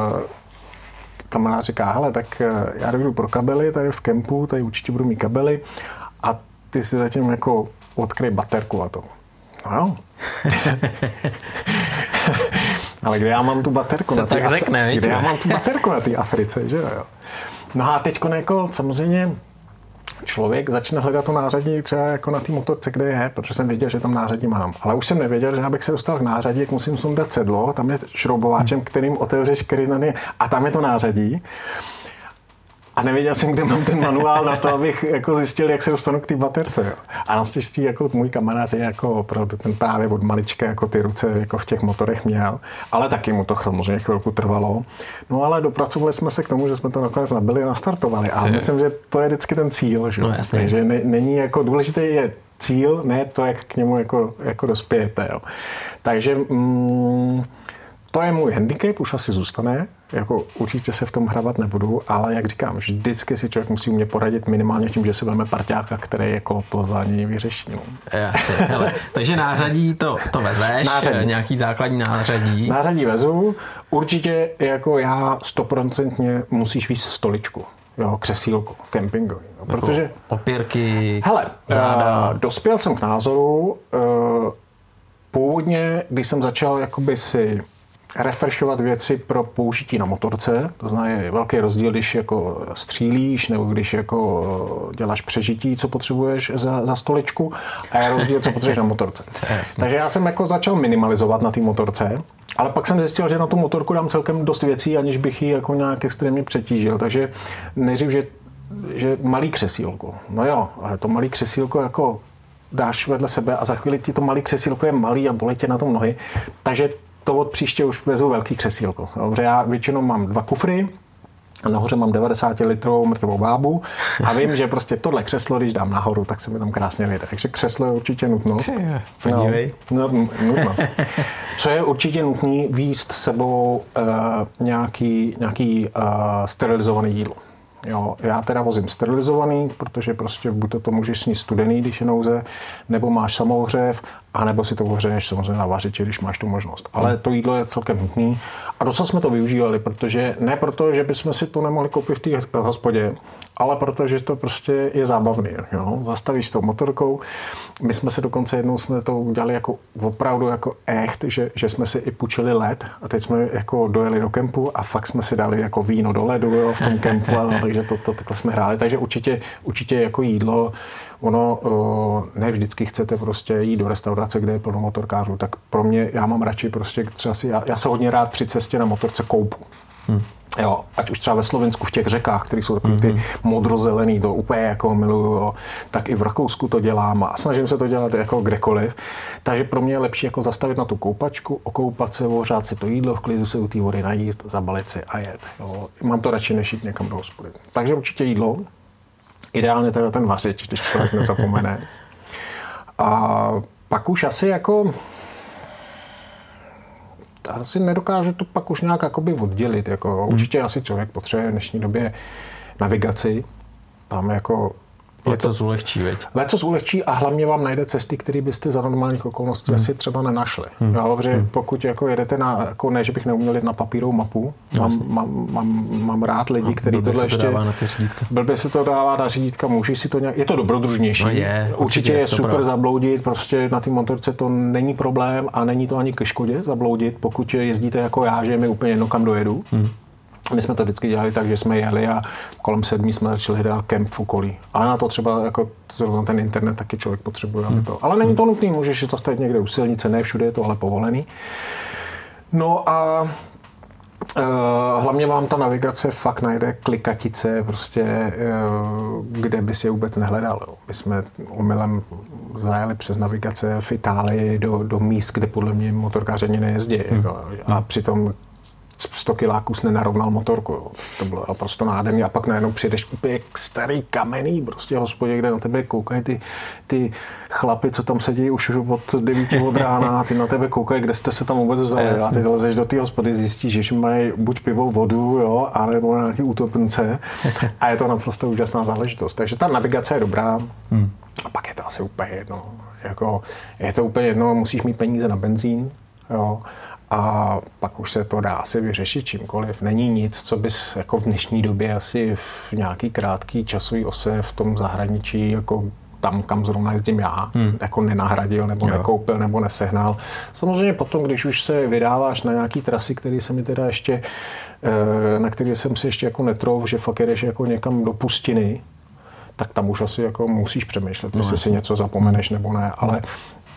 kamarád říká, hele, tak já jdu pro kabely tady v kempu, tady určitě budu mít kabely a ty si zatím jako odkryj baterku a to. No jo. Ale kde já mám tu baterku na té Africe? Kde já mám tu baterku na té Africe, že jo? No a teď jako samozřejmě člověk začne hledat to nářadí třeba jako na té motorce, kde je, protože jsem věděl, že tam nářadí mám. Ale už jsem nevěděl, že abych se dostal k nářadí, jak musím sundat sedlo, tam je šroubováčem, kterým otevřeš krynany a tam je to nářadí. A nevěděl jsem, kde mám ten manuál na to, abych jako zjistil, jak se dostanu k té baterce. Jo. A naštěstí jako můj kamarád je jako opravdu ten právě od malička jako ty ruce jako v těch motorech měl, ale taky mu to samozřejmě chvilku trvalo. No ale dopracovali jsme se k tomu, že jsme to nakonec nabili a nastartovali. A myslím, že to je vždycky ten cíl. Že? No, takže není jako důležité je cíl, ne to, jak k němu jako dospějete. Jo. Takže to je můj handicap, už asi zůstane. Jako určitě se v tom hrabat nebudu, ale jak říkám, vždycky si člověk musí umět poradit minimálně tím, že si vezme parťáka, který jako to za něj vyřeší. No. Jasně, hele, takže nářadí to vezeš, nějaký základní nářadí. Nářadí vezu, určitě jako já 100% musíš víc stoličku. Jo, křesílko, kempingový. No, protože opěrky, hele, dospěl jsem k názoru, původně, když jsem začal jakoby si refreshovat věci pro použití na motorce, to znamená je velký rozdíl, když jako střílíš nebo když jako děláš přežití, co potřebuješ za stoličku, a je rozdíl, co potřebuješ na motorce. Takže já jsem jako začal minimalizovat na té motorce, ale pak jsem zjistil, že na tu motorku dám celkem dost věcí, aniž bych ji jako nějak extrémně přetížil. Takže nejdřív, že malý křesílko. No jo, ale to malý křesílko jako dáš vedle sebe a za chvíli ti to malý křesílko je malý a bolí tě na tom nohy. Takže to od příště už vezu velký křesílko. Dobře, já většinou mám 2 kufry, a nahoře mám 90 litrovou mrtvou bábu a vím, že prostě tohle křeslo, když dám nahoru, tak se mi tam krásně vyjde. Takže křeslo je určitě nutnost. Nutnost. Co je určitě nutný, víct s sebou nějaký sterilizovaný jídlo. Jo, já teda vozím sterilizovaný, protože prostě buď to můžeš sníst studený, když je nouze, nebo máš samohřev, anebo si to ohřeješ samozřejmě na vařiči, když máš tu možnost. Ale to jídlo je celkem nutný a docela jsme to využívali, protože ne proto, že bychom si to nemohli koupit v té hospodě, ale protože to prostě je zábavný. Jo? Zastavíš s tou motorkou. My jsme se dokonce jednou jsme to udělali jako opravdu jako echt, že jsme si i půjčili led a teď jsme jako dojeli do kempu a fakt jsme si dali jako víno do ledu, jo, v tom kempu, takže to takhle jsme hráli. Takže určitě jako jídlo, ono ne vždycky chcete prostě jít do restaurace, kde je plno motorkářů, tak pro mě, já mám radši prostě třeba já se hodně rád při cestě na motorce koupu. Jo, ať už třeba ve Slovinsku v těch řekách, které jsou takový ty modrozelený, to úplně jako miluju, jo, tak i v Rakousku to dělám a snažím se to dělat jako kdekoliv. Takže pro mě je lepší jako zastavit na tu koupačku, okoupat se, ohřát si to jídlo, v klidu se u té vody najíst, zabalit si a jet. Jo. Mám to radši, než jít někam do hospody. Takže určitě jídlo, ideálně teda ten vařič, když člověk nezapomene. A pak už asi jako asi nedokážu to pak už nějak jakoby oddělit. Jako, určitě asi člověk potřebuje v dnešní době navigaci. Tam jako Lecos ulehčí, veď? Lecos ulehčí a hlavně vám najde cesty, které byste za normálních okolností asi třeba nenašli. Jo, protože pokud jako jedete na, jako ne, že bych neuměl jít na papírovou mapu, mám rád lidi, kteří tohle ještě... Blbě se to dává na řídítka, můžeš si to nějak... Je to dobrodružnější. No určitě je super zabloudit, prostě na té motorce to není problém a není to ani ke škodě zabloudit, pokud jezdíte jako já, že je mi úplně jedno, kam dojedu. My jsme to vždycky dělali tak, že jsme jeli a kolem 7 jsme začali hledat kemp v okolí. Ale na to třeba jako ten internet taky člověk potřebuje. Ale není to nutný, můžeš to stavit někde u silnice, ne všude je to ale povolený. No a hlavně vám ta navigace fakt najde klikatice, prostě, kde by si je vůbec nehledal. My jsme omylem zajeli přes navigace v Itálii do míst, kde podle mě motorkáři ani nejezdí. A přitom 100 kiláků jsi nenarovnal motorku. Jo. To bylo prostě nádherný. A pak najednou přijdeš úplně k starý kamenný prostě hospodě, kde na tebe koukají ty chlapi, co tam sedí už od 9 od rána a ty na tebe koukají, kde jste se tam vůbec vzali. A ty lezeš do té hospody, zjistíš, že mají buď pivo, vodu, jo, anebo nějaký útopnce. A je to naprosto úžasná záležitost. Takže ta navigace je dobrá. A pak je to asi úplně jedno. Jako, je to úplně jedno, musíš mít peníze na benzín, jo. A pak už se to dá asi vyřešit čímkoliv. Není nic, co bys jako v dnešní době asi v nějaký krátký časový ose v tom zahraničí, jako tam, kam zrovna jezdím já, jako nenahradil, nebo nekoupil, nebo nesehnal. Samozřejmě potom, když už se vydáváš na nějaký trasy, který se mi teda ještě, na který jsem si ještě jako netrouf, že fakt jedeš jako někam do pustiny, tak tam už asi jako musíš přemýšlet, jestli si něco zapomeneš nebo ne, ale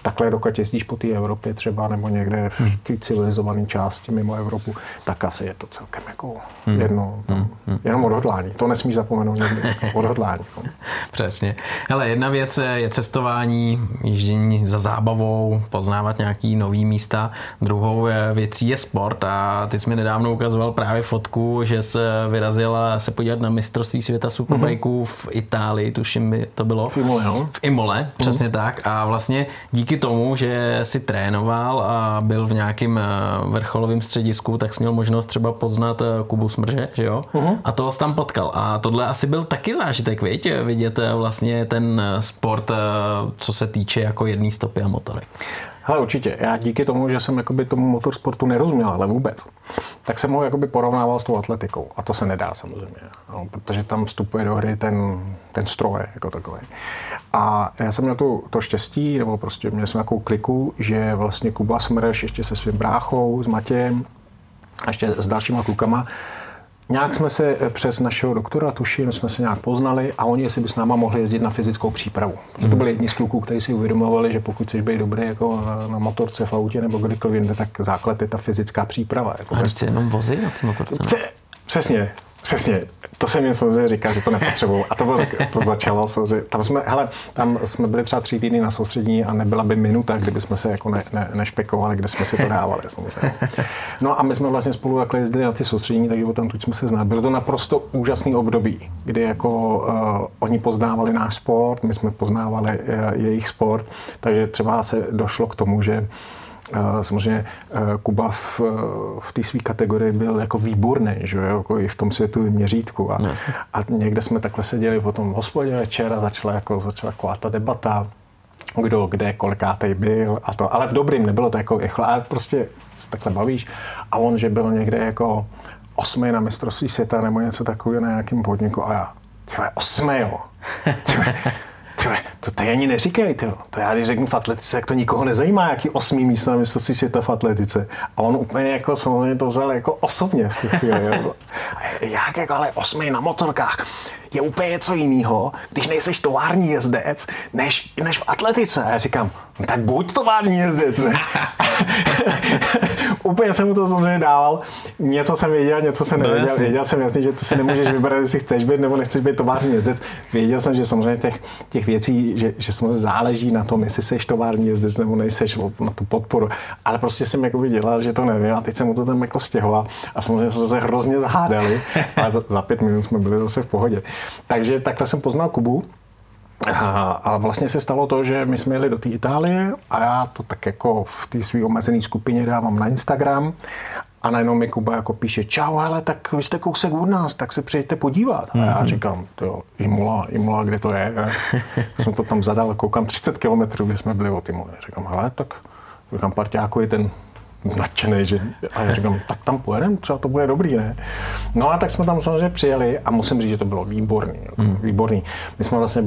takhle dokud jezdíš po té Evropě třeba, nebo někde v té civilizované části mimo Evropu, tak asi je to celkem jako jenom odhodlání. To nesmíš zapomenout někdy. Odhodlání. No. Přesně. Hele, jedna věc je cestování, jíždění za zábavou, poznávat nějaký nový místa. Druhou věcí je sport a ty jsi mi nedávno ukazoval právě fotku, že jsi vyrazil se podívat na mistrovství světa superbikeů v Itálii, tuším by to bylo. V Imole, no? V Imole, přesně tak. A vlastně díky tomu, že jsi trénoval a byl v nějakém vrcholovém středisku, tak jsi měl možnost třeba poznat Kubu Smrže, že jo? A toho jsi tam potkal. A tohle asi byl taky zážitek, vidět vlastně ten sport, co se týče jako jedné stopy a motory. Hele, určitě. Já díky tomu, že jsem jakoby tomu motorsportu nerozuměl, ale vůbec, tak jsem ho jakoby porovnával s tou atletikou. A to se nedá samozřejmě, no, protože tam vstupuje do hry ten stroj jako takový. A já jsem měl to štěstí, nebo prostě měl jsem takovou kliku, že vlastně Kuba Smrš ještě se svým bráchou, s Matějem a ještě s dalšíma klukama, nějak jsme se přes našeho doktora, tuším, jsme se nějak poznali a oni, jestli by s náma mohli jezdit na fyzickou přípravu. Protože to byli jedni z kluků, kteří si uvědomovali, že pokud chceš být dobrý jako na motorce, v autě nebo kdykoliv jinde, tak základ je ta fyzická příprava. Jako a když si jenom vozí na té motorce? Přesně. To jsem jim samozřejmě říkal, že to nepotřebuju. A to začalo. Tam jsme byli třeba 3 týdny na soustředění a nebyla by minuta, kdyby jsme se jako nešpekovali, kde jsme si to dávali. Samozřejmě. No a my jsme vlastně spolu takhle jezdili na ty soustředění, takže tam tu jsme se znali. Bylo to naprosto úžasný období, kdy jako oni poznávali náš sport, my jsme poznávali jejich sport, takže třeba se došlo k tomu, že samozřejmě Kuba v té své kategorii byl jako výborný, že jo, jako i v tom světovém měřítku. A někde jsme takhle seděli potom v hospodě večer a začala taková ta debata, kdo, kde, kolikátej byl a to. Ale v dobrým, nebylo to jako ale prostě se takhle bavíš. A on, že byl někde jako 8. na mistrovství světa nebo něco takového na nějakém podniku a já, 8. jo. To tady ani neříkej, tyjo. To já když řeknu v atletice, jak to nikoho nezajímá, jaký 8. místo na mistrovství světa v atletice. A on úplně jako samozřejmě to vzal jako osobně v tu chvíli. Jak jako, ale 8. na motorkách je úplně něco jiného, když nejseš tovární jezdec, než v atletice. A já říkám, no tak buď tovární jezdec, ne? Úplně jsem mu to samozřejmě dával. Něco jsem věděl, něco jsem nevěděl. Věděl jsem jasně, že to si nemůžeš vybrat, jestli chceš být nebo nechceš být tovární jezdec. Věděl jsem, že samozřejmě těch věcí, že samozřejmě záleží na tom, jestli seš tovární jezdec nebo nejseš, na tu podporu. Ale prostě jsem jako dělal, že to nevím a teď jsem mu to tam jako stěhoval a samozřejmě jsme se hrozně zahádali, ale za 5 minut jsme byli zase v pohodě. Takže takhle jsem poznal Kubu a vlastně se stalo to, že my jsme jeli do té Itálie a já to tak jako v té své omezené skupině dávám na Instagram a najednou mi Kuba jako píše, čau, hele, tak vy jste kousek od nás, tak se přijďte podívat. A já říkám, jo, Imola, kde to je? Jsem to tam zadal, koukám 30 kilometrů, kde jsme byli od Imoly. Říkám, hele, tak říkám, parťáku je ten nadšenej, že... A já říkám, tak tam pojedeme, třeba to bude dobrý, ne? No a tak jsme tam samozřejmě přijeli a musím říct, že to bylo výborný. My jsme vlastně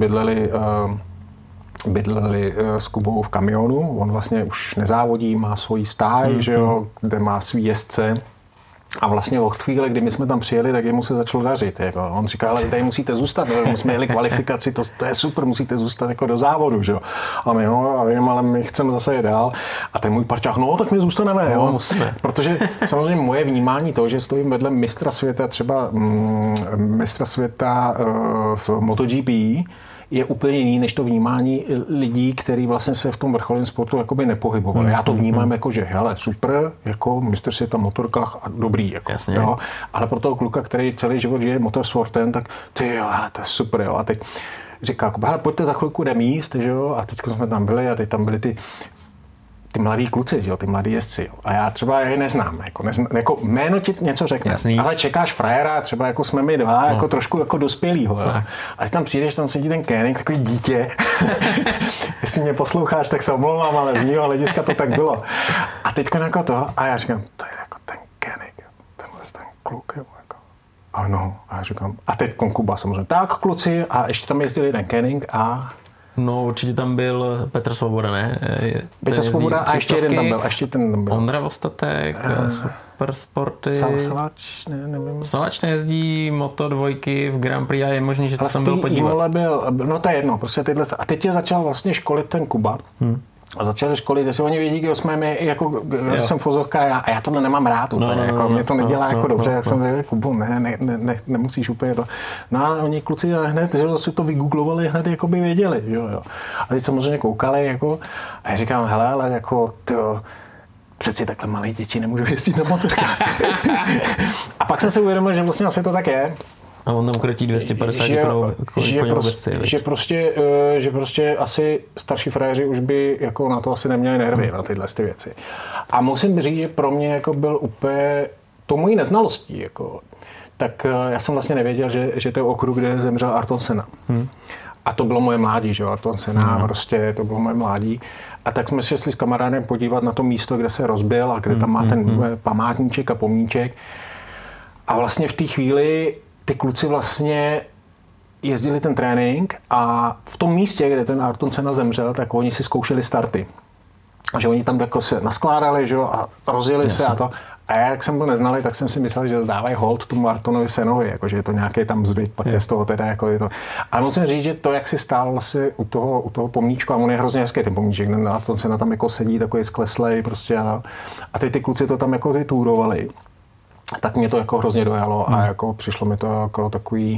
bydleli s Kubou v kamionu, on vlastně už nezávodí, má svoji stáj, že jo, kde má svý jezdce. A vlastně od chvíle, kdy my jsme tam přijeli, tak jemu se začalo dařit. Jako. On říká, ale tady musíte zůstat, my jsme jeli kvalifikaci, to je super, musíte zůstat jako do závodu. Že? A my, no, a vím, ale my chceme zase jít dál. A ten můj parťák, no, tak my zůstaneme. Jo? Musíme. Protože samozřejmě moje vnímání toho, že stojím vedle mistra světa, třeba mistra světa v MotoGP, je úplně jiný než to vnímání lidí, kteří vlastně se v tom vrcholovém sportu jakoby nepohybovali. Já to vnímám jako, že hele, super, jako mistr světa v motorkách a dobrý. Jako, jo? Ale pro toho kluka, který celý život žije motorsportem, tak ty jo, hele, to je super. Jo? A teď říká, hele, pojďte za chvilku remíst, že jo? A teď jsme tam byli a teď tam byli ty mladí kluci, jo, ty mladí jezdci. A já třeba je neznám. Jako jméno ti něco řekne. Jasný. Ale čekáš frajera, třeba jako jsme my dva, jako trošku jako dospělýho. Jo. A teď tam přijdeš, tam sedí ten Koenig, takový dítě. Jestli mě posloucháš, tak se omlouvám, ale z mého hlediska to tak bylo. A teď jako to, a já říkám, to je jako ten Koenig, ten kluk, jo. Jako. Ano, a já říkám, a teď Kuba samozřejmě. Tak kluci, a ještě tam jezdil jeden Koenig a... No určitě tam byl Petr Svoboda, ne? Petr Svoboda a ještě jeden tam byl. Ondra Vostatek, Super Sporty. Salač, nevím. Salač nejezdí Moto2 v Grand Prix a je možný, že ale se tam byl podívat. No to je jedno, prostě tyhle. A teď je začal vlastně školit ten Kuba. A začali školit, jestli oni vědí, kdo jsme my, jako jsem fozovka a já tohle nemám rád úplně, mě to nedělá jako dobře, jak jsem řekl, Kubo, nemusíš úplně to. No a oni kluci hned, že si to vygooglovali, hned jako by věděli, jo. A teď samozřejmě koukali, jako, a já říkám, hele, ale jako, přeci takhle malé děti nemůžou jezdit na motorkách. A pak jsem si uvědomil, že vlastně asi to tak je. A on tam krotí 250 že prostě asi starší frajeři už by jako na to asi neměli nervy, na tyhle ty věci. A musím říct, že pro mě jako byl úplně to mojí neznalostí, jako, tak já jsem vlastně nevěděl, že to je okruh, kde zemřel Ayrton Senna. A to bylo moje mládí, že jo, Ayrton Senna, prostě to bylo moje mládí. A tak jsme se šli s kamarádem podívat na to místo, kde se rozbil a kde tam má ten památníček a pomníček. A vlastně v té chvíli ty kluci vlastně jezdili ten trénink a v tom místě, kde ten Ayrton Senna zemřel, tak oni si zkoušeli starty. A že oni tam jako se naskládali, že jo, a rozjeli se a to. A já, jak jsem byl neznalý, tak jsem si myslel, že dávají hold tomu Ayrtonovi Sennovi, jako, že je to nějaký tam zvyk, pak je z toho teda jako je to. A musím říct, že to, jak si stál vlastně u toho pomníčku, a on je hrozně hezký ten pomníček, ten Ayrton Senna tam jako sedí takový skleslej prostě a teď ty kluci to tam jako vytúrovali. Tak mě to jako hrozně dojalo a jako přišlo mi to jako takový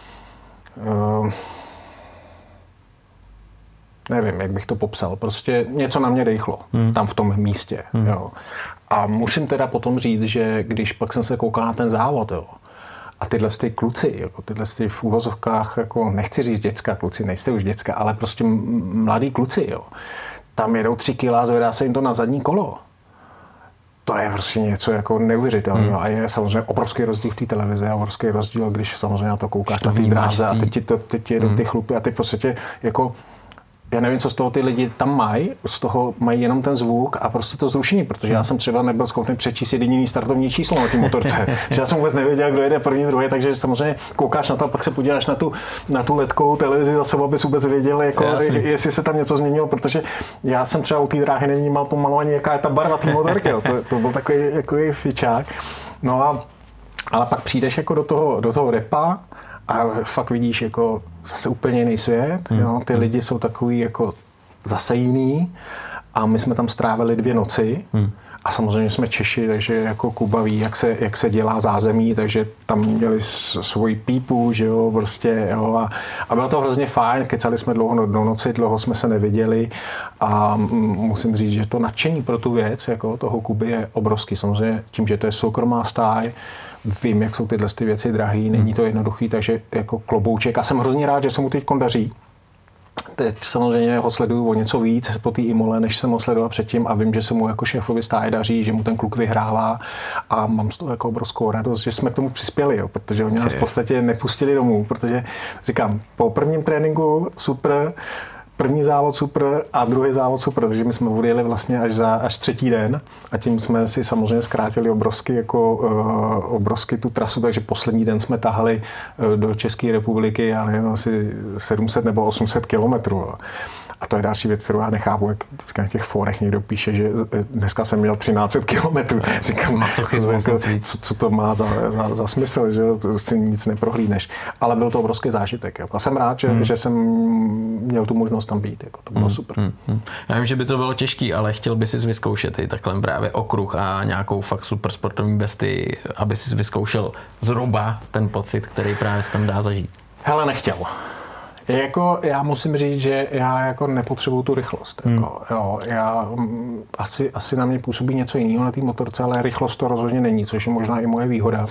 nevím, jak bych to popsal, prostě něco na mě dejchlo tam v tom místě, jo. A musím teda potom říct, že když pak jsem se koukal na ten závod, jo, a tyhle ty kluci, jako tyhle ty v úvozovkách, jako nechci říct děcka, kluci, nejste už děcka, ale prostě mladí kluci, jo, tam jedou 3 kila, zvedá se jim to na zadní kolo. To je prostě něco jako neuvěřitelného a je samozřejmě obrovský rozdíl v té televizi a obrovský rozdíl, když samozřejmě na to koukáš na té dráze a teď jedou ty chlupy a ty prostě jako já nevím, co z toho ty lidi tam mají, z toho mají jenom ten zvuk a prostě to zrušení, protože já jsem třeba nebyl schopný přečíst jediný startovní číslo na té motorce, že já jsem vůbec nevěděl, kdo jede první, druhý, takže samozřejmě koukáš na to a pak se podíváš na tu ledkovou televizi zase, abys vůbec věděl, jako, jestli se tam něco změnilo, protože já jsem třeba u té dráhy nevnímal pomalu ani jaká je ta barva té motorky, to byl takový fičák. No ale pak přijdeš jako do toho repa a fakt vidíš jako zase úplně jiný svět, jo? Ty lidi jsou takový jako zase jiný a my jsme tam strávili 2 noci a samozřejmě jsme Češi, takže jako Kuba ví, jak se dělá zázemí, takže tam měli svoji pípu, že jo, prostě, jo, a bylo to hrozně fajn, kecali jsme dlouho do noci, dlouho jsme se neviděli a musím říct, že to nadšení pro tu věc, jako toho Kuby je obrovský, samozřejmě tím, že to je soukromá stáj, vím, jak jsou tyhle věci drahý, není to jednoduchý, takže jako klobouček. A jsem hrozně rád, že se mu teď daří. Teď samozřejmě ho sleduju o něco víc po té Imole, než jsem ho sledoval předtím a vím, že se mu jako šéfovi stáje daří, že mu ten kluk vyhrává a mám z toho jako obrovskou radost, že jsme k tomu přispěli, jo, protože oni nás v podstatě nepustili domů, protože říkám, po prvním tréninku super, první závod super a druhý závod super, takže my jsme odjeli vlastně až 3. den a tím jsme si samozřejmě zkrátili obrovsky tu trasu, takže poslední den jsme tahali do České republiky, já nevím, asi 700 nebo 800 kilometrů. A to je další věc, kterou já nechápu, jak vždycky na těch fórech někdo píše, že dneska jsem měl 1300 kilometrů. Říkám, co to má za smysl, že to si nic neprohlídneš. Ale byl to obrovský zážitek. Jako. A jsem rád, že jsem měl tu možnost tam být. Jako. To bylo super. Já vím, že by to bylo těžký, ale chtěl by si vyzkoušet i takhle právě okruh a nějakou fakt super sportovní bestii, aby si vyzkoušel zhruba ten pocit, který právě se tam dá zažít. Hele, nechtěl. Jako, já musím říct, že já jako nepotřebuju tu rychlost. Jako, jo, asi na mě působí něco jiného na té motorce, ale rychlost to rozhodně není, což je možná i moje výhoda.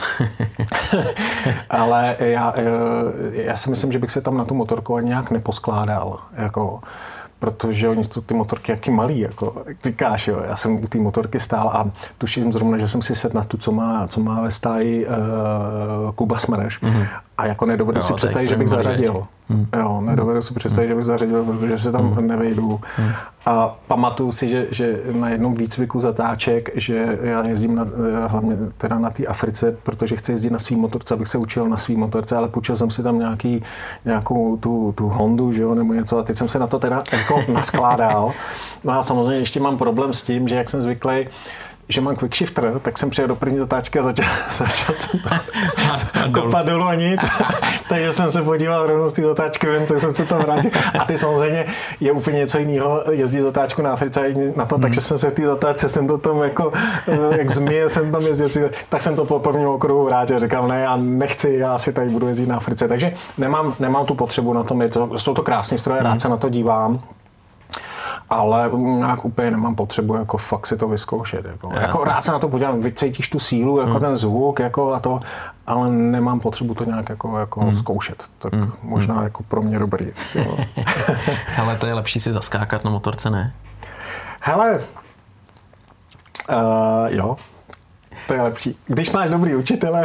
Ale já si myslím, že bych se tam na tu motorku ani nějak neposkládal. Jako, protože oni ty motorky jaký malý, jako říkáš, jo. Já jsem u té motorky stál a tuším zrovna, že jsem si sedl na tu, co má ve stáji Kuba Smrš. A jako nedovedu si představit, že bych zařadil. Jo, nedovedu si představit, že bych zařadil, protože se tam nevejdu. A pamatuju si, že na jednom výcviku zatáček, že já jezdím hlavně teda na té Africe, protože chci jezdit na svý motorce, abych se učil na svý motorce, ale půjčil jsem si tam nějakou tu Hondu, že jo, nebo něco, a teď jsem se na to teda jako naskládal. No a samozřejmě ještě mám problém s tím, že jak jsem zvyklý, že mám quick shifter, tak jsem přijel do první zatáčky a začal jsem to kopat dolů a nic. Takže jsem se podíval rovnou z té zatáčky, tak jsem se tam vrátil. A ty samozřejmě je úplně něco jiného jezdit zatáčku na Africe na to, takže jsem se v té zatáčce, jsem to tam jako, jak zmije jsem tam jezdil, tak jsem to po prvním okruhu vrátil. Říkal, ne, já nechci, já si tady budu jezdit na Africe. Takže nemám tu potřebu na tom, jsou to krásné stroje, rád se na to dívám. Ale nějak úplně nemám potřebu jako fakt si to vyzkoušet. Jako rád se na to podívám, vycítíš tu sílu, jako ten zvuk, jako a to, ale nemám potřebu to nějak jako zkoušet. Tak možná jako pro mě dobrý. Hele, to je lepší si zaskákat na motorce, ne? Hele, jo. To je lepší. Když máš dobrý učitele.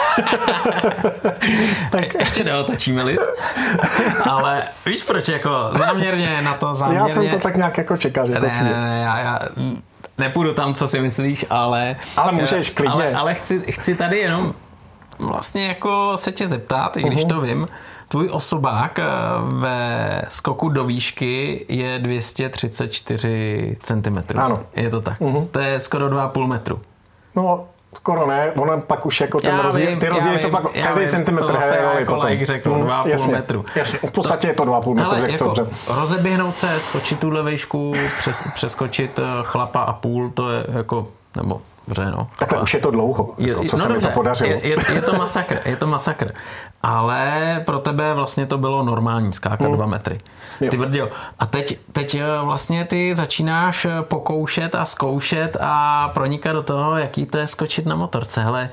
Tak ještě neotočíme list. Ale víš proč, jako záměrně na to, záměrně. Já jsem to tak nějak jako čekal, že to přijde. Já nepůjdu tam, co si myslíš, ale můžeš klidně. Ale chci tady jenom vlastně jako se tě zeptat, i když to vím, tvůj osobák ve skoku do výšky je 234 cm. Ano. Je to tak. To je skoro 2,5 metru. No, skoro ne, ono pak už jako ten rozdíl, ty rozdíly jsou pak každý centimetr. To zase jako like řekl, 2,5 metru. Jasně, v podstatě je to 2,5 metru. Ale jako rozeběhnout se, skočit tuhle výšku, přeskočit chlapa a půl, to je jako, nebo dobře, no. Takhle už je to dlouho, co se mi to podařilo. Je to masakr. Ale pro tebe vlastně to bylo normální skákat 2 metry. Ty brděl. A teď vlastně ty začínáš pokoušet a zkoušet a pronikat do toho, jaký to je skočit na motorce. Hele,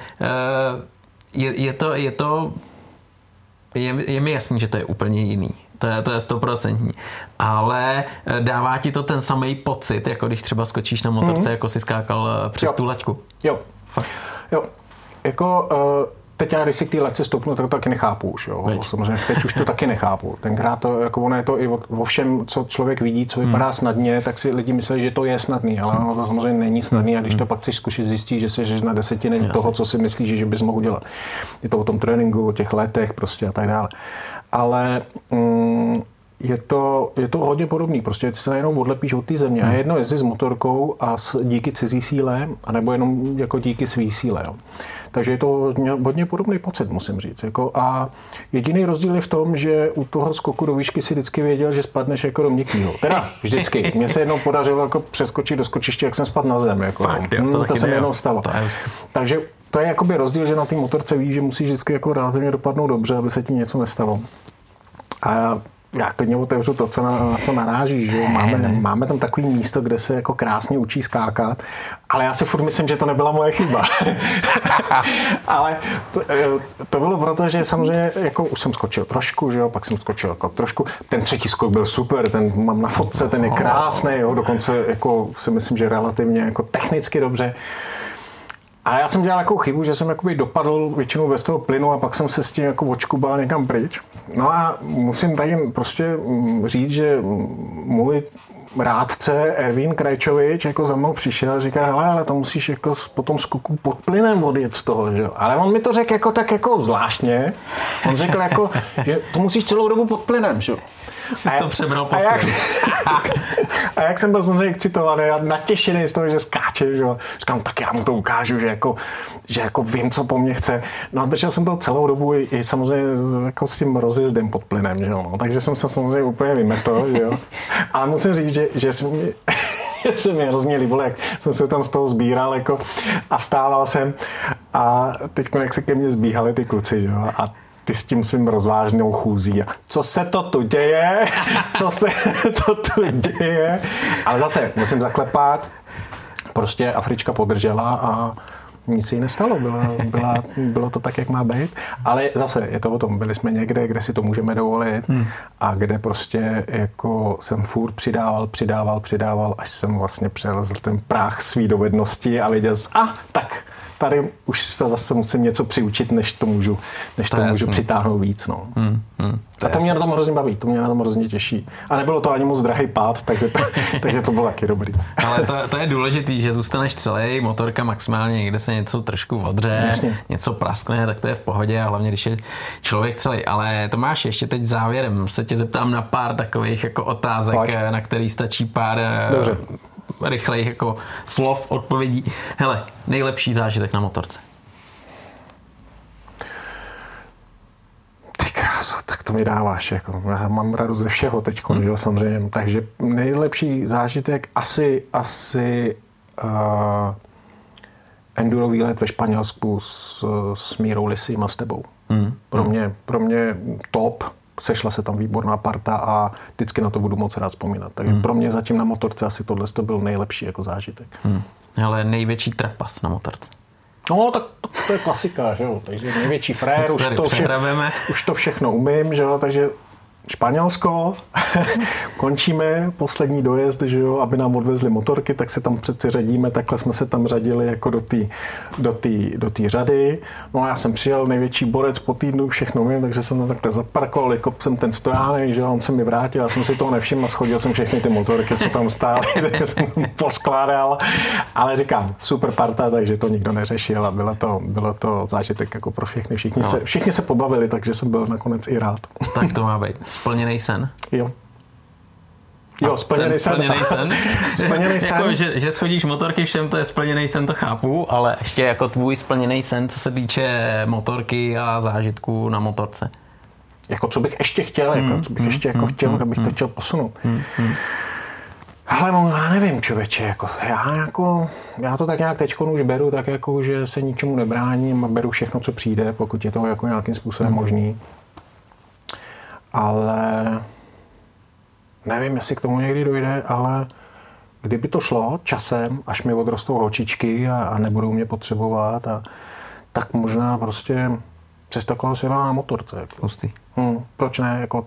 je mi jasný, že to je úplně jiný. To je 100%. Ale dává ti to ten samý pocit, jako když třeba skočíš na motorce, jako si skákal přes tu laťku. Jo. Fakt. Jo. Jako teď já, když si k té laťce stoupnu, tak to taky nechápu už. Jo. Samozřejmě teď už to taky nechápu. Tenkrát to, jako ono je to i o všem, co člověk vidí, co vypadá snadně, tak si lidi myslí, že to je snadný, ale ono to samozřejmě není snadný a když to pak chceš zkusit, zjistíš, že jsi na desetiny toho, co si myslíš, že bys mohl dělat. Je to o tom tréninku, o těch letech prostě a tak dále. Ale je to hodně podobný, prostě ty se najednou odlepíš od té země a jedno jezdí s motorkou a díky cizí síle, anebo jenom jako díky svý síle. Jo. Takže je to hodně podobný pocit, musím říct. Jako a jediný rozdíl je v tom, že u toho skoku do výšky si vždycky věděl, že spadneš jako do měkkýho. Teda vždycky. Mně se jednou podařilo jako přeskočit do skočiště, jak jsem spadl na zem. Jako. Fakt, jo, to se mi jednou stalo. Takže to je jakoby rozdíl, že na té motorce víš, že musíš vždycky jako relativně dopadnout dobře, aby se ti něco nestalo. A já klidně otevřu to, na co narážíš. Že? Máme tam takový místo, kde se jako krásně učí skákat, ale já si furt myslím, že to nebyla moje chyba. Ale to bylo proto, že samozřejmě jako už jsem skočil trošku, že jo, pak jsem skočil jako trošku. Ten třetí skok byl super, ten mám na fotce, ten je krásný, jo, dokonce jako si myslím, že relativně jako technicky dobře. A já jsem dělal takovou chybu, že jsem jakoby dopadl většinou bez toho plynu a pak jsem se s tím jako očkubal někam pryč. No a musím tady prostě říct, že můj rádce Ervín Krajčovič jako za mnou přišel a říká, ale to musíš jako po tom skoku pod plynem odjet z toho, že? Ale on mi to řekl jako tak jako zvláštně. On řekl jako, že to musíš celou dobu pod plynem, že? Jsi to přebral po sobě. A jak jsem byl samozřejmě excitovaný a natěšený z toho, že skáče, že? Říkám, tak já mu to ukážu, že jako vím, co po mně chce. No a držel jsem to celou dobu i samozřejmě jako s tím rozjezdem pod plynem, že jo. No, takže jsem se samozřejmě úplně vymetl, že jo. Ale musím říct, že se mi hrozně líbilo, jak jsem se tam z toho sbíral jako, a vstával jsem a teď jak se ke mně zbíhali ty kluci, že jo. A ty s tím svým rozvážnou chůzí. Co se to tu děje? Co se to tu děje? Ale zase musím zaklepat. Prostě Afrička podržela a nic jí nestalo. Bylo to tak, jak má být. Ale zase je to o tom. Byli jsme někde, kde si to můžeme dovolit a kde prostě jako jsem furt přidával, až jsem vlastně přelezl ten práh svý dovednosti a viděl jsem, tak tady už se zase musím něco přiučit, než to můžu přitáhnout víc. No. A to mě na tom hrozně baví, to mě na tom hrozně těší. A nebylo to ani moc drahý pád, takže to bylo taky dobrý. Ale to je důležitý, že zůstaneš celý, motorka maximálně, někde se něco trošku odře, něco praskne, tak to je v pohodě a hlavně, když je člověk celý. Ale Tomáš, ještě teď závěrem se tě zeptám na pár takových jako otázek, na který stačí pár rychlejch jako slov, odpovědí. Hele, nejlepší zážitek na motorce. Ty kráso, tak to mi dáváš. Jako. Já mám radost ze všeho teďko, že samozřejmě. Takže nejlepší zážitek asi enduro výlet ve Španělsku s Mírou Lisím a s tebou. Pro mě top. Sešla se tam výborná parta a vždycky na to budu moc rád vzpomínat. Takže pro mě zatím na motorce asi tohle to byl nejlepší jako zážitek. Ale největší trapas na motorce. No, tak to je klasika, že jo. Takže největší frér, už to všechno umím, že jo. Takže Španělsko, končíme poslední dojezd, že jo, aby nám odvezli motorky, tak se tam přeci řadíme, takhle jsme se tam řadili jako do té řady. No a já jsem přijel, největší borec po týdnu, všechno vím, takže jsem tam takhle zaparkoval, jako jsem ten stojánek, že jo, on se mi vrátil, já jsem si toho nevšiml a schodil jsem všechny ty motorky, co tam stály, takže jsem poskládal, ale říkám, super parta, takže to nikdo neřešil a bylo to zážitek jako pro všechny, všichni se pobavili, takže jsem byl nakonec i rád. Tak to má být. Splněný sen? Jo, splněný sen. Splněný sen. Jako, že schodíš motorky všem, to je splněný sen, to chápu, ale ještě jako tvůj splněný sen, co se týče motorky a zážitku na motorce. Jako co bych ještě chtěl, abych to chtěl posunout. Ale já nevím, člověče, já to tak nějak teďko už beru, tak jako, že se ničemu nebráním a beru všechno, co přijde, pokud je to jako nějakým způsobem možný. Ale nevím, jestli k tomu někdy dojde, ale kdyby to šlo časem, až mi odrostou holčičky a nebudou mě potřebovat, tak možná prostě přes takové se na motorce. Jako. Proč ne? Jako,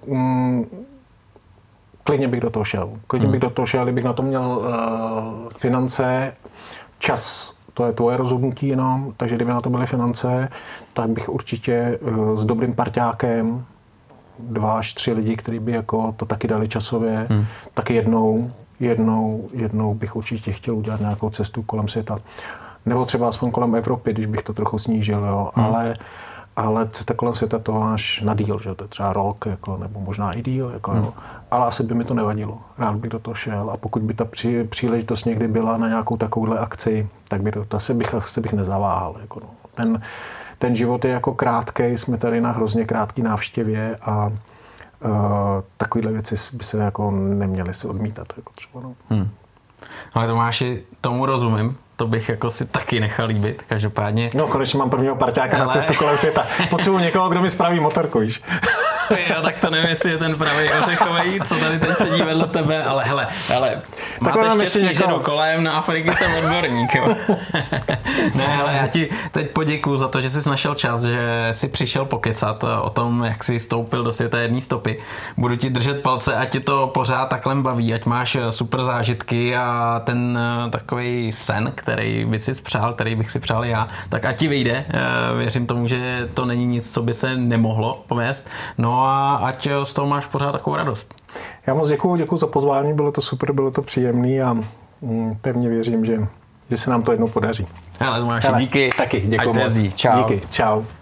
klidně bych do toho šel. Kdybych na to měl finance, čas, to je tvoje rozhodnutí jenom, takže kdyby na to byly finance, tak bych určitě s dobrým parťákem 2 až 3 lidi, kteří by jako to taky dali časově, tak jednou bych určitě chtěl udělat nějakou cestu kolem světa. Nebo třeba aspoň kolem Evropy, když bych to trochu snížil, jo. Ale cesta kolem světa to máš na díl, že to je třeba rok, jako, nebo možná i díl, jako, jo. Ale asi by mi to nevadilo. Rád bych do toho šel a pokud by ta příležitost někdy byla na nějakou takovouhle akci, tak by to asi bych nezaváhal. Jako, no. Ten život je jako krátký, jsme tady na hrozně krátké návštěvě a takovéhle věci by se jako neměly si odmítat. Jako třeba, no. Ale Tomáši, tomu rozumím. To bych jako si taky nechal líbit, každopádně. No, konečně mám prvního parťáka na cestu kolem světa. Potřebuji někoho, kdo mi spraví motorku, víš. Jo, tak to nevím, jestli je ten pravý ořechovej, co tady teď sedí vedle tebe, ale hele, máte štěstí, že jdu kolem, na Afriky jsem odborník, jo. Ne, ale já ti teď poděkuju za to, že jsi našel čas, že jsi přišel pokecat o tom, jak jsi stoupil do světa jedné stopy. Budu ti držet palce, ať ti to pořád takhle baví, ať máš super zážitky a ten takový sen, který by si přál, který bych si přál já, tak ať ti vyjde. Věřím tomu, že to není nic, co by se nemohlo povést. No a ať z toho máš pořád takovou radost. Já moc děkuju za pozvání, bylo to super, bylo to příjemný a pevně věřím, že se nám to jednou podaří. Hele, Tomáši, díky. Taky, děkuju moc. Čau. Díky, čau.